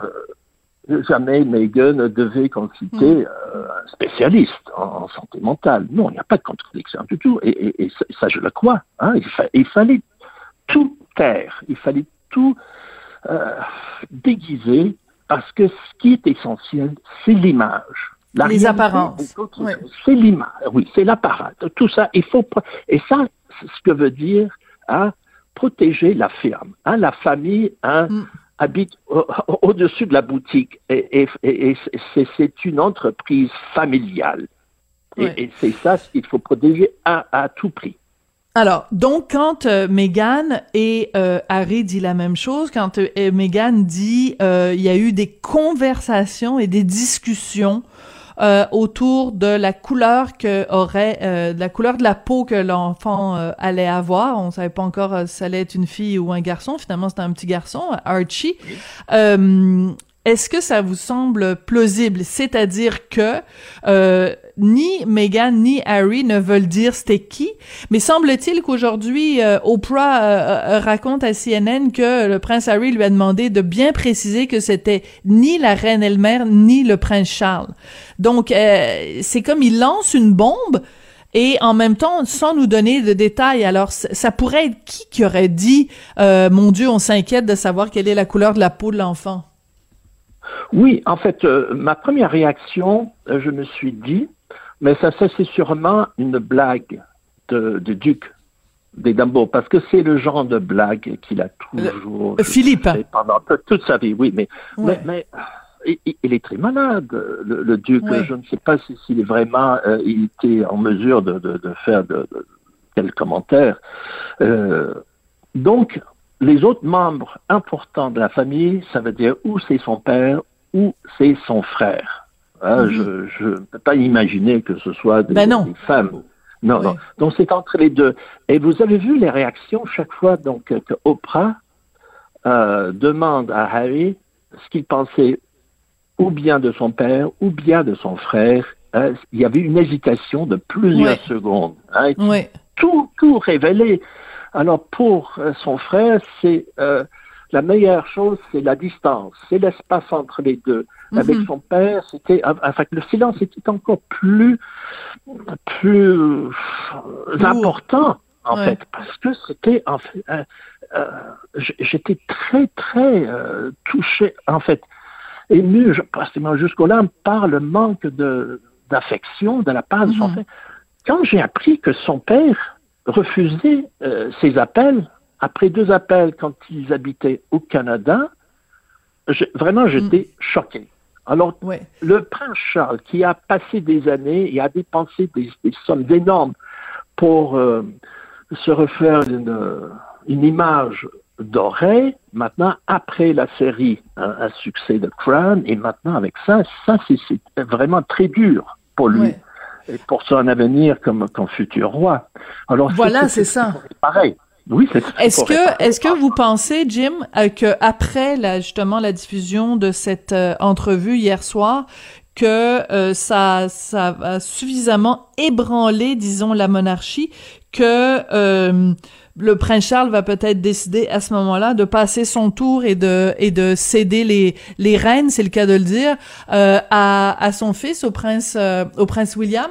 jamais Meghan devait consulter mmh. euh, un spécialiste en, en santé mentale. Non, il n'y a pas de contradiction du tout. Et, et, et ça, ça, je le crois. Hein. Il, fa- il fallait tout taire. Il fallait tout euh, déguiser parce que ce qui est essentiel, c'est l'image. La Les apparences. Oui. C'est l'image. Oui, c'est l'apparat. Tout ça, il faut... Et ça, c'est ce que veut dire hein, protéger la firme, hein, la famille, hein, mmh. habite au- au-dessus de la boutique et, et, et, et c'est, c'est une entreprise familiale. Et, ouais. et c'est ça ce qu'il faut protéger à, à tout prix. Alors, donc, quand euh, Meghan et euh, Harry dit la même chose, quand euh, Meghan dit euh, il y a eu des conversations et des discussions Euh, autour de la couleur que aurait, euh, de la couleur de la peau que l'enfant euh, allait avoir. On savait pas encore euh, si ça allait être une fille ou un garçon. Finalement, c'était un petit garçon, Archie. Euh, est-ce que ça vous semble plausible? C'est-à-dire que euh, ni Meghan ni Harry ne veulent dire c'était qui, mais semble-t-il qu'aujourd'hui, euh, Oprah euh, raconte à C N N que le prince Harry lui a demandé de bien préciser que c'était ni la reine elle-même, ni le prince Charles. Donc, euh, c'est comme il lance une bombe et en même temps, sans nous donner de détails. Alors, ça pourrait être qui qui aurait dit euh, « Mon Dieu, on s'inquiète de savoir quelle est la couleur de la peau de l'enfant ». Oui, en fait, euh, ma première réaction, euh, je me suis dit, mais ça, ça c'est sûrement une blague de, de Duc, des Dumbo, parce que c'est le genre de blague qu'il a toujours... Le, Philippe. Fait pendant toute sa vie, oui, mais... Ouais. mais, mais il, il est très malade, le, le duc. Ouais. Je ne sais pas s'il si, si est vraiment... Euh, il était en mesure de, de, de faire de, de tels commentaires. Euh, donc, les autres membres importants de la famille, ça veut dire ou c'est son père ou c'est son frère. Hein, mm-hmm. Je ne peux pas imaginer que ce soit des, ben des femmes. Non, oui. non. Donc, c'est entre les deux. Et vous avez vu les réactions chaque fois donc, que Oprah euh, demande à Harry ce qu'il pensait ou bien de son père ou bien de son frère. Hein. Il y avait une hésitation de plusieurs oui. secondes. Hein, oui. Tout, tout révélé. Alors, pour euh, son frère, c'est euh, la meilleure chose, c'est la distance, c'est l'espace entre les deux. Mm-hmm. Avec son père, c'était, enfin, le silence était encore plus, plus euh, important, en ouais. fait, parce que c'était, en fait, euh, euh, j'étais très, très euh, touché, en fait, ému, je, pratiquement jusqu'au-là, par le manque de, d'affection de la part mm-hmm. de son père. Quand j'ai appris que son père refusait euh, ses appels, après deux appels quand ils habitaient au Canada, je, vraiment, j'étais mm. choqué. Alors, ouais. le prince Charles, qui a passé des années et a dépensé des, des sommes énormes pour euh, se refaire une, une image dorée, maintenant, après la série, un, un succès de Crown, et maintenant avec ça, ça, c'est, c'est vraiment très dur pour lui. Ouais. Et pour son avenir comme, comme futur roi. Alors, voilà, c'est, c'est, c'est ça. Pareil. Oui, c'est Est-ce que, est-ce que vous pensez, Jim, euh, que après la, justement la diffusion de cette euh, entrevue hier soir, que euh, ça, ça a suffisamment ébranlé, disons, la monarchie, que euh, le prince Charles va peut-être décider à ce moment-là de passer son tour et de et de céder les les rênes, c'est le cas de le dire, euh, à à son fils, au prince euh, au prince William?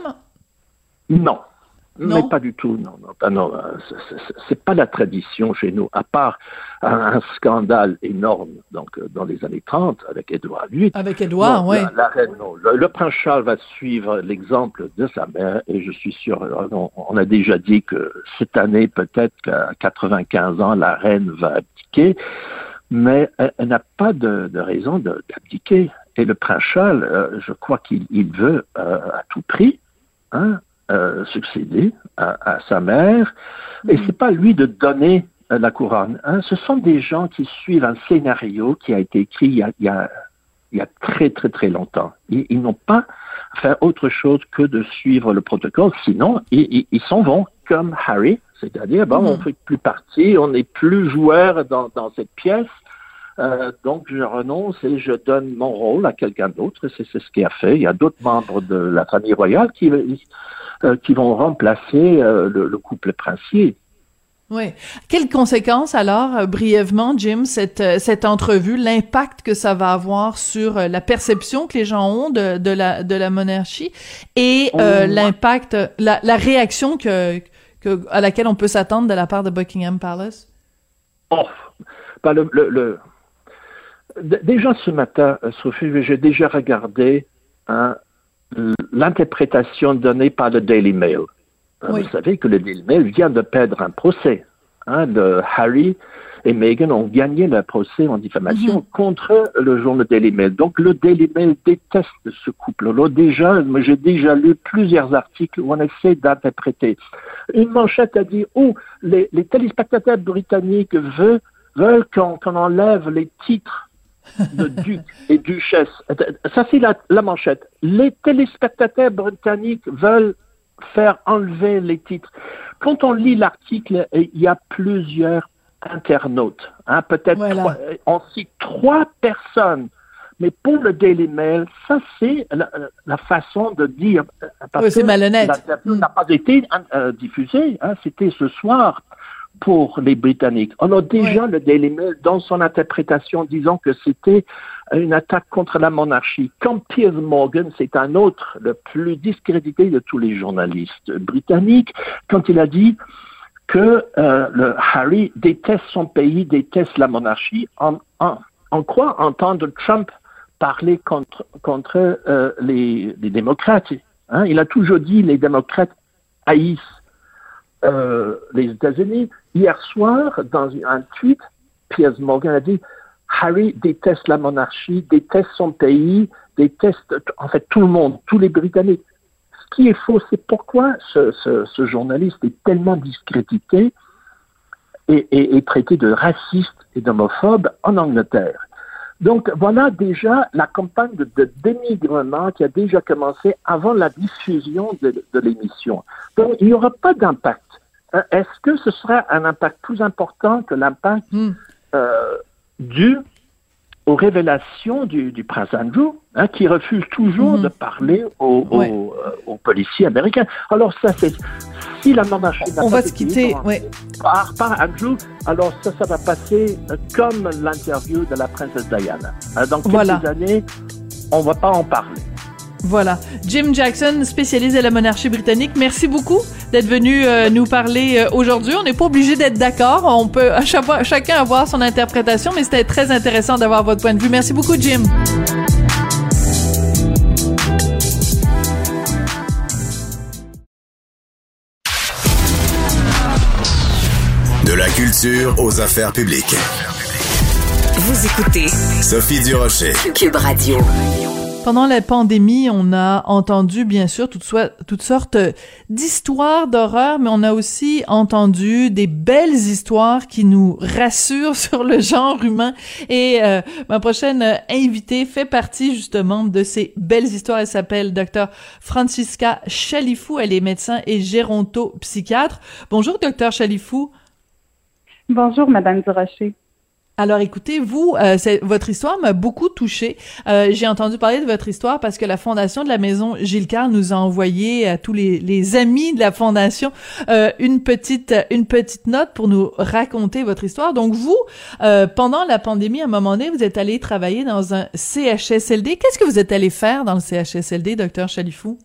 Non. Non? Mais pas du tout, non, non, non, c'est, c'est, c'est pas la tradition chez nous, à part un, un scandale énorme, donc, dans les années trente, avec Édouard huit. Avec Édouard, oui. La, la reine, non. Le, le prince Charles va suivre l'exemple de sa mère, et je suis sûr, on, on a déjà dit que cette année, peut-être qu'à quatre-vingt-quinze ans, la reine va abdiquer, mais elle, elle n'a pas de, de raison de, d'abdiquer. Et le prince Charles, euh, je crois qu'il il veut euh, à tout prix, hein, Euh, succéder à, à sa mère, mmh. et c'est pas lui de donner euh, la couronne. Hein. Ce sont des gens qui suivent un scénario qui a été écrit il y a, il y a, il y a très très très longtemps. Ils, ils n'ont pas fait autre chose que de suivre le protocole, sinon ils, ils, ils s'en vont comme Harry, c'est-à-dire bon, mmh. on ne fait plus partie, on n'est plus joueur dans, dans cette pièce. Euh, donc, je renonce et je donne mon rôle à quelqu'un d'autre. C'est, c'est ce qu'il a fait. Il y a d'autres membres de la famille royale qui, euh, qui vont remplacer euh, le, le couple princier. Oui. Quelles conséquences alors, euh, brièvement, Jim, cette cette entrevue, l'impact que ça va avoir sur euh, la perception que les gens ont de de la de la monarchie et euh, oh. l'impact, la la réaction que que à laquelle on peut s'attendre de la part de Buckingham Palace? Oh, bah le le, le... Déjà ce matin, Sophie, j'ai déjà regardé hein, l'interprétation donnée par le Daily Mail. Oui. Vous savez que le Daily Mail vient de perdre un procès. Hein, de Harry et Meghan ont gagné le procès en diffamation mm-hmm. contre le journal Daily Mail. Donc le Daily Mail déteste ce couple-là. Déjà, j'ai déjà lu plusieurs articles où on essaie d'interpréter. Une manchette a dit « Oh, les, les téléspectateurs britanniques veulent, veulent qu'on, qu'on enlève les titres de duc et duchesse. » Ça, c'est la, la manchette. Les téléspectateurs britanniques veulent faire enlever les titres. Quand on lit l'article, il y a plusieurs internautes. Hein, peut-être voilà. trois, on cite trois personnes. Mais pour le Daily Mail, ça, c'est la, la façon de dire. Parce oui, c'est que malhonnête. L'interview mm. n'a pas été euh, diffusée. Hein, c'était ce soir pour les Britanniques. On a déjà oui. le Daily Mail dans son interprétation disant que c'était une attaque contre la monarchie. Quand Piers Morgan, c'est un autre, le plus discrédité de tous les journalistes britanniques, quand il a dit que euh, le Harry déteste son pays, déteste la monarchie, en, en, en quoi entendre Trump parler contre, contre euh, les, les démocrates. Hein? Il a toujours dit les démocrates haïssent euh, les États-Unis. Hier soir, dans un tweet, Piers Morgan a dit « Harry déteste la monarchie, déteste son pays, déteste en fait tout le monde, tous les Britanniques. » Ce qui est faux, c'est pourquoi ce, ce, ce journaliste est tellement discrédité et, et, et traité de raciste et d'homophobe en Angleterre. Donc voilà déjà la campagne de, de dénigrement qui a déjà commencé avant la diffusion de, de l'émission. Donc il n'y aura pas d'impact. Est-ce que ce sera un impact plus important que l'impact mm. euh, dû aux révélations du, du prince Andrew, hein, qui refuse toujours mm-hmm. de parler aux, ouais. aux, euh, aux policiers américains. Alors ça, c'est si la monarchie n'a on pas va se quitter ouais. par, par Andrew, alors ça, ça va passer euh, comme l'interview de la princesse Diana. Hein, dans quelques voilà. années, on ne va pas en parler. Voilà. Jim Jackson, spécialiste de la monarchie britannique, merci beaucoup d'être venu euh, nous parler euh, aujourd'hui. On n'est pas obligé d'être d'accord. On peut à chaque fois, chacun avoir son interprétation, mais c'était très intéressant d'avoir votre point de vue. Merci beaucoup, Jim. De la culture aux affaires publiques. Vous écoutez Sophie Durocher, Cube Radio. Pendant la pandémie, on a entendu, bien sûr, toutes, so- toutes sortes d'histoires d'horreur, mais on a aussi entendu des belles histoires qui nous rassurent sur le genre humain. Et euh, ma prochaine invitée fait partie, justement, de ces belles histoires. Elle s'appelle Dr Francisca Chalifou. Elle est médecin et gérontopsychiatre. Bonjour, Dr Chalifou. Bonjour, Madame Durocher. Alors écoutez, vous, euh, c'est, votre histoire m'a beaucoup touchée. Euh, j'ai entendu parler de votre histoire parce que la Fondation de la Maison Gilles Carle nous a envoyé à tous les, les amis de la Fondation euh, une petite une petite note pour nous raconter votre histoire. Donc vous, euh, pendant la pandémie, à un moment donné, vous êtes allé travailler dans un C H S L D. Qu'est-ce que vous êtes allé faire dans le C H S L D, docteur Chalifou?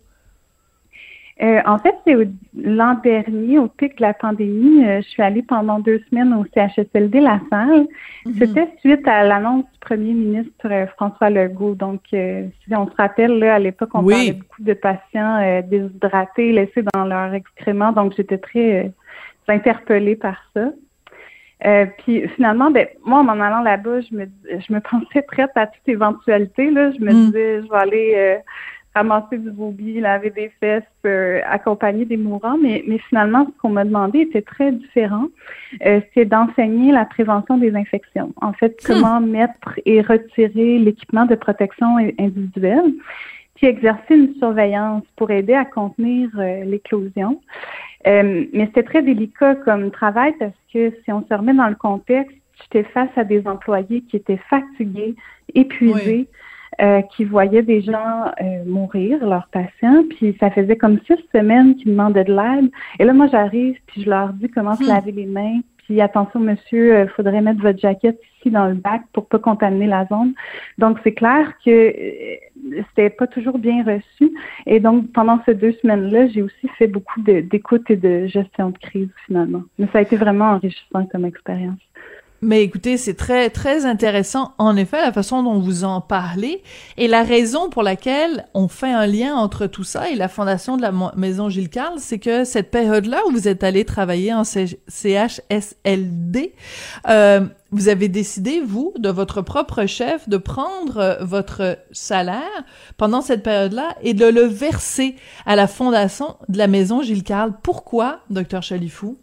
Euh, en fait, c'est au, l'an dernier, au pic de la pandémie, euh, je suis allée pendant deux semaines au C H S L D La Salle. Mm-hmm. C'était suite à l'annonce du premier ministre euh, François Legault. Donc, euh, si on se rappelle, là, à l'époque, on oui. parlait beaucoup de patients euh, déshydratés, laissés dans leurs excréments. Donc, j'étais très euh, interpellée par ça. Euh, puis finalement, ben moi, en m'en allant là-bas, je me je me pensais prête à toute éventualité. Là, je me mm. disais, je vais aller euh, ramasser du vomi, laver des fesses, euh, accompagner des mourants, mais, mais finalement, ce qu'on m'a demandé était très différent. Euh, c'est d'enseigner la prévention des infections. En fait, mmh. comment mettre et retirer l'équipement de protection individuelle, puis exercer une surveillance pour aider à contenir euh, l'éclosion. Euh, mais c'était très délicat comme travail parce que si on se remet dans le contexte, j'étais face à des employés qui étaient fatigués, épuisés, oui. Euh, qui voyaient des gens euh, mourir, leurs patients, puis ça faisait comme six semaines qu'ils demandaient de l'aide. Et là, moi, j'arrive, puis je leur dis comment se laver les mains, puis attention, monsieur, il euh, faudrait mettre votre jaquette ici dans le bac pour pas contaminer la zone. Donc, c'est clair que euh, c'était pas toujours bien reçu. Et donc, pendant ces deux semaines-là, j'ai aussi fait beaucoup de, d'écoute et de gestion de crise, finalement. Mais ça a été vraiment enrichissant comme expérience. Mais écoutez, c'est très, très intéressant, en effet, la façon dont vous en parlez et la raison pour laquelle on fait un lien entre tout ça et la fondation de la Maison Gilles Carle, c'est que cette période-là où vous êtes allé travailler en C H S L D, euh, vous avez décidé, vous, de votre propre chef, de prendre votre salaire pendant cette période-là et de le verser à la fondation de la Maison Gilles Carle. Pourquoi, docteur Chalifou?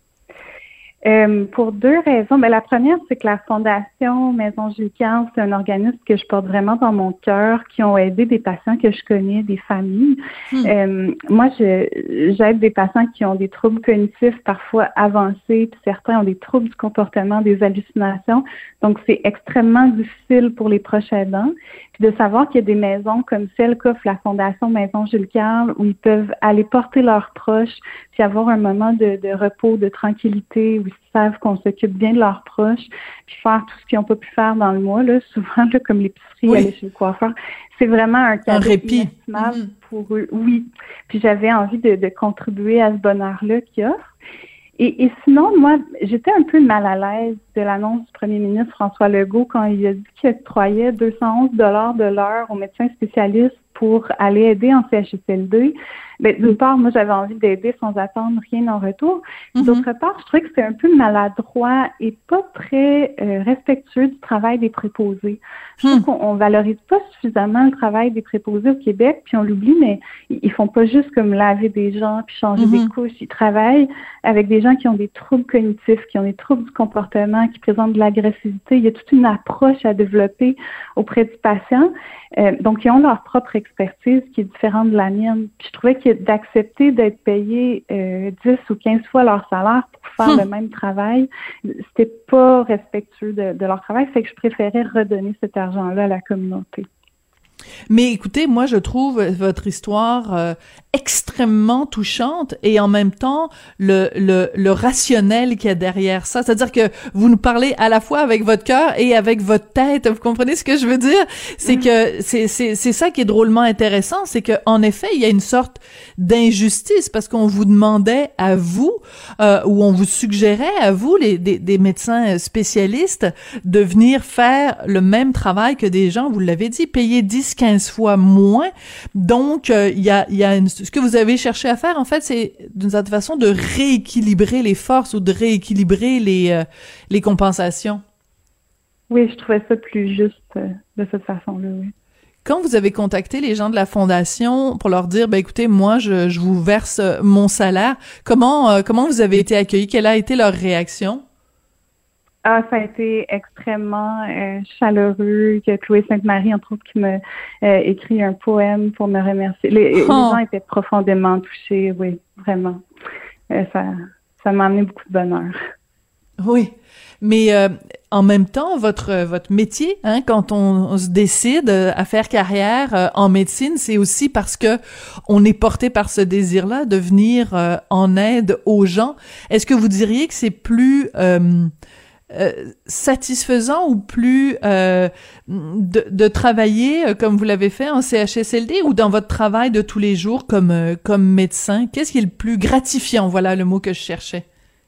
Euh, pour deux raisons. Ben, la première, c'est que la Fondation Maison Gilles Carle, c'est un organisme que je porte vraiment dans mon cœur, qui ont aidé des patients que je connais, des familles. Mmh. Euh, moi, je, j'aide des patients qui ont des troubles cognitifs parfois avancés, puis certains ont des troubles du comportement, des hallucinations. Donc, c'est extrêmement difficile pour les proches aidants. Puis de savoir qu'il y a des maisons comme celle qu'offre la Fondation Maison Gilles Carle, où ils peuvent aller porter leurs proches, puis avoir un moment de, de repos, de tranquillité, où ils savent qu'on s'occupe bien de leurs proches, puis faire tout ce qu'ils n'ont pas pu faire dans le mois, là, souvent là, comme l'épicerie, oui. aller chez le coiffeur. C'est vraiment un cadeau inestimable mm-hmm. pour eux. Oui. Puis j'avais envie de, de contribuer à ce bonheur-là qu'ils offrent. Et, et sinon, moi, j'étais un peu mal à l'aise de l'annonce du premier ministre François Legault quand il a dit qu'il octroyait deux cent onze dollars de l'heure aux médecins spécialistes pour aller aider en C H S L D. ben, d'une part, moi, j'avais envie d'aider sans attendre rien en retour. Mm-hmm. D'autre part, je trouvais que c'était un peu maladroit et pas très euh, respectueux du travail des préposés. Je trouve mm. qu'on on valorise pas suffisamment le travail des préposés au Québec, puis on l'oublie, mais ils, ils font pas juste comme laver des gens puis changer mm-hmm. des couches. Ils travaillent avec des gens qui ont des troubles cognitifs, qui ont des troubles du comportement, qui présentent de l'agressivité. Il y a toute une approche à développer auprès du patient. Euh, donc, ils ont leur propre expertise qui est différente de la mienne. Puis je trouvais que d'accepter d'être payé euh, dix ou quinze fois leur salaire pour faire hum. le même travail, c'était pas respectueux de, de leur travail. Fait que je préférais redonner cet argent-là à la communauté. Mais écoutez, moi je trouve votre histoire euh, extrêmement touchante et en même temps le le le rationnel qu'il y a derrière ça, c'est-à-dire que vous nous parlez à la fois avec votre cœur et avec votre tête. Vous comprenez ce que je veux dire? C'est que c'est c'est c'est ça qui est drôlement intéressant, c'est que en effet, il y a une sorte d'injustice parce qu'on vous demandait à vous euh, ou on vous suggérait à vous les des, des médecins spécialistes de venir faire le même travail que des gens, vous l'avez dit, payés dix quinze fois moins. Donc, il euh, y a, y a une, ce que vous avez cherché à faire, en fait, c'est d'une certaine façon de rééquilibrer les forces ou de rééquilibrer les, euh, les compensations. Oui, je trouvais ça plus juste euh, de cette façon-là, oui. Quand vous avez contacté les gens de la Fondation pour leur dire, ben écoutez, moi, je, je vous verse mon salaire, comment, euh, comment vous avez été accueillis? Quelle a été leur réaction? Ah, ça a été extrêmement euh, chaleureux. Il y a Chloé Sainte-Marie, entre autres, qui m'a euh, écrit un poème pour me remercier. Les, oh. les gens étaient profondément touchés, oui, vraiment. Euh, ça, ça m'a amené beaucoup de bonheur. Oui, mais euh, en même temps, votre votre métier, hein, quand on, on se décide à faire carrière euh, en médecine, c'est aussi parce que on est porté par ce désir-là de venir euh, en aide aux gens. Est-ce que vous diriez que c'est plus euh, Euh, satisfaisant ou plus euh, de, de travailler euh, comme vous l'avez fait en C H S L D ou dans votre travail de tous les jours comme euh, comme médecin? Qu'est-ce qui est le plus gratifiant? Voilà le mot que je cherchais.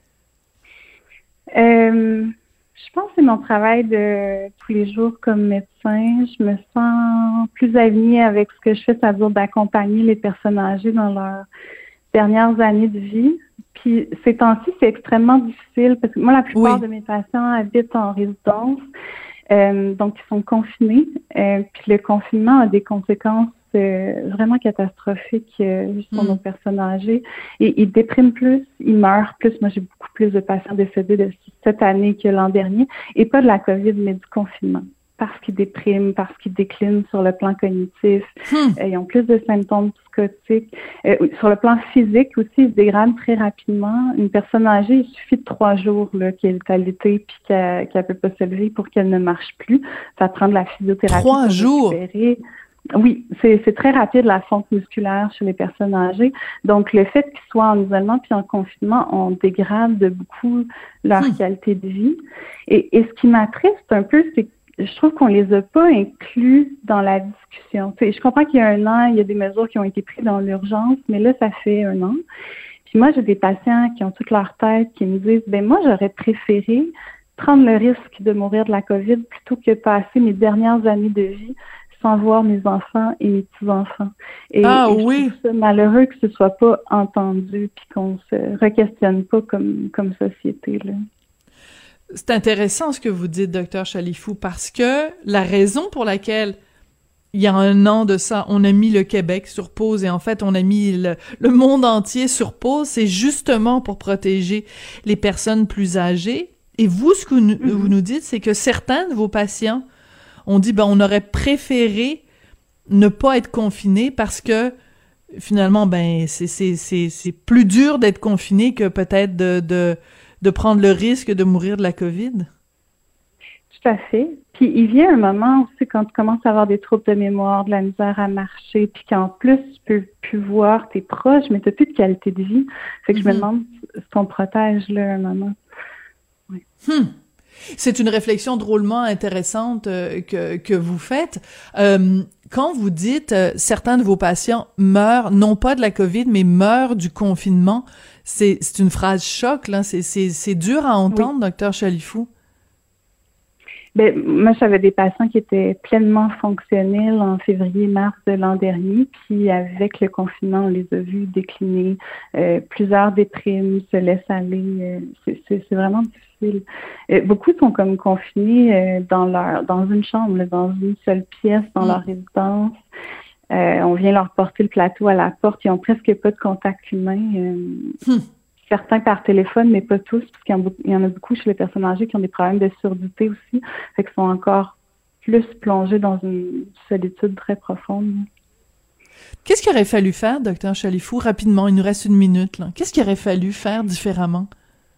Euh, je pense que c'est mon travail de tous les jours comme médecin. Je me sens plus alignée avec ce que je fais, c'est-à-dire d'accompagner les personnes âgées dans leurs dernières années de vie. Puis ces temps-ci, c'est extrêmement difficile parce que moi, la plupart oui. de mes patients habitent en résidence, euh, donc ils sont confinés. Euh, puis le confinement a des conséquences euh, vraiment catastrophiques euh, sur mm. nos personnes âgées. Et ils dépriment plus, ils meurent plus. Moi, j'ai beaucoup plus de patients décédés de cette année que l'an dernier, et pas de la COVID, mais du confinement. Parce qu'ils dépriment, parce qu'ils déclinent sur le plan cognitif. Hmm. Euh, ils ont plus de symptômes psychotiques. Euh, sur le plan physique aussi, ils se dégradent très rapidement. Une personne âgée, il suffit de trois jours là, qu'elle est alitée puis qu'elle ne peut pas se lever pour qu'elle ne marche plus. Ça prend de la physiothérapie. Trois jours? Récupérer. Oui, c'est, c'est très rapide la fonte musculaire chez les personnes âgées. Donc, le fait qu'ils soient en isolement puis en confinement, on dégrade de beaucoup leur hmm. qualité de vie. Et, et ce qui m'attriste un peu, c'est que je trouve qu'on les a pas inclus dans la discussion. Tu sais, je comprends qu'il y a un an, il y a des mesures qui ont été prises dans l'urgence, mais là, ça fait un an. Puis moi, j'ai des patients qui ont toute leur tête, qui me disent, ben moi, j'aurais préféré prendre le risque de mourir de la COVID plutôt que passer mes dernières années de vie sans voir mes enfants et mes petits-enfants. Et, ah, et je oui. trouve ça malheureux que ce soit pas entendu puis qu'on se re-questionne pas comme, comme société, là. C'est intéressant ce que vous dites, docteur Chalifou, parce que la raison pour laquelle il y a un an de ça, on a mis le Québec sur pause et en fait, on a mis le, le monde entier sur pause, c'est justement pour protéger les personnes plus âgées. Et vous, ce que vous, mm-hmm. vous nous dites, c'est que certains de vos patients ont dit, ben, on aurait préféré ne pas être confinés parce que finalement, ben, c'est, c'est, c'est, c'est plus dur d'être confiné que peut-être de, de de prendre le risque de mourir de la COVID? Tout à fait. Puis il vient un moment aussi quand tu commences à avoir des troubles de mémoire, de la misère à marcher, puis qu'en plus tu peux plus voir tes proches, mais tu n'as plus de qualité de vie. Fait que mm-hmm. je me demande si on protège là un moment. Oui. Hmm. C'est une réflexion drôlement intéressante euh, que que vous faites. Euh, quand vous dites euh, certains de vos patients meurent non pas de la COVID mais meurent du confinement, c'est c'est une phrase choc là, c'est c'est c'est dur à entendre, oui. docteur Chalifou. Ben, moi, j'avais des patients qui étaient pleinement fonctionnels en février-mars de l'an dernier, puis avec le confinement, on les a vus décliner. Euh, plusieurs déprimes, se laissent aller. Euh, c'est, c'est, c'est vraiment difficile. Euh, beaucoup sont comme confinés euh, dans leur dans une chambre, là, dans une seule pièce, dans mmh. leur résidence. Euh, on vient leur porter le plateau à la porte. Ils ont presque pas de contact humain. Euh, mmh. Certains par téléphone, mais pas tous, parce qu'il y en a beaucoup, il y en a beaucoup chez les personnes âgées qui ont des problèmes de surdité aussi, fait qu'ils sont encore plus plongés dans une solitude très profonde. Qu'est-ce qu'il aurait fallu faire, docteur Chalifou, rapidement, il nous reste une minute, là. Qu'est-ce qu'il aurait fallu faire différemment?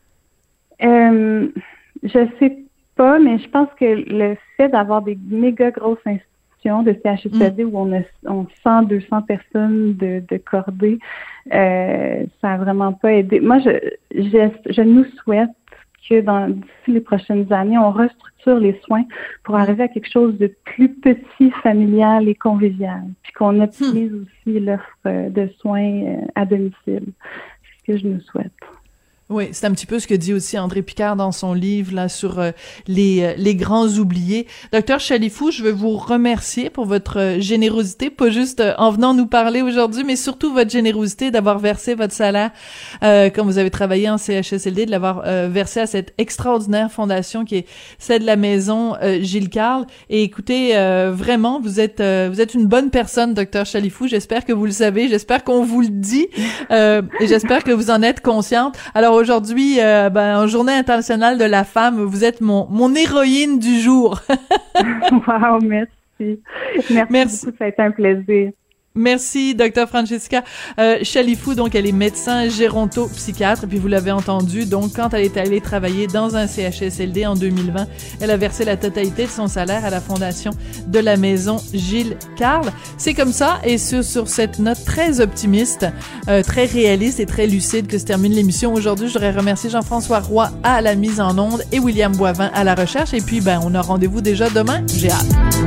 Euh, je sais pas, mais je pense que le fait d'avoir des méga grosses institutions de C H S L D mmh. où on a, on cent, deux cents personnes de, de cordées, euh, ça a vraiment pas aidé. Moi, je, je, je nous souhaite que dans d'ici les prochaines années, on restructure les soins pour arriver à quelque chose de plus petit, familial et convivial, puis qu'on optimise mmh. aussi l'offre de soins à domicile. C'est ce que je nous souhaite. Oui, c'est un petit peu ce que dit aussi André Picard dans son livre là sur euh, les euh, les grands oubliés. Docteur Chalifou, je veux vous remercier pour votre euh, générosité, pas juste euh, en venant nous parler aujourd'hui, mais surtout votre générosité d'avoir versé votre salaire euh, quand vous avez travaillé en C H S L D, de l'avoir euh, versé à cette extraordinaire fondation qui est celle de la maison euh, Gilles Carle. Et écoutez, euh, vraiment, vous êtes euh, vous êtes une bonne personne, docteur Chalifou. J'espère que vous le savez, j'espère qu'on vous le dit, euh, et j'espère que vous en êtes consciente. Alors aujourd'hui, euh, ben, en Journée internationale de la femme, vous êtes mon, mon héroïne du jour. Wow, merci. Merci, merci beaucoup, ça a été un plaisir. Merci, docteur Francesca euh, Chalifou. Donc, elle est médecin géronto-psychiatre. Et puis, vous l'avez entendu, donc, quand elle est allée travailler dans un C H S L D en deux mille vingt, elle a versé la totalité de son salaire à la fondation de la maison Gilles Carle. C'est comme ça, et sur, sur cette note très optimiste, euh, très réaliste et très lucide que se termine l'émission. Aujourd'hui, je voudrais remercier Jean-François Roy à la mise en onde et William Boivin à la recherche. Et puis, ben, on a rendez-vous déjà demain. J'ai hâte.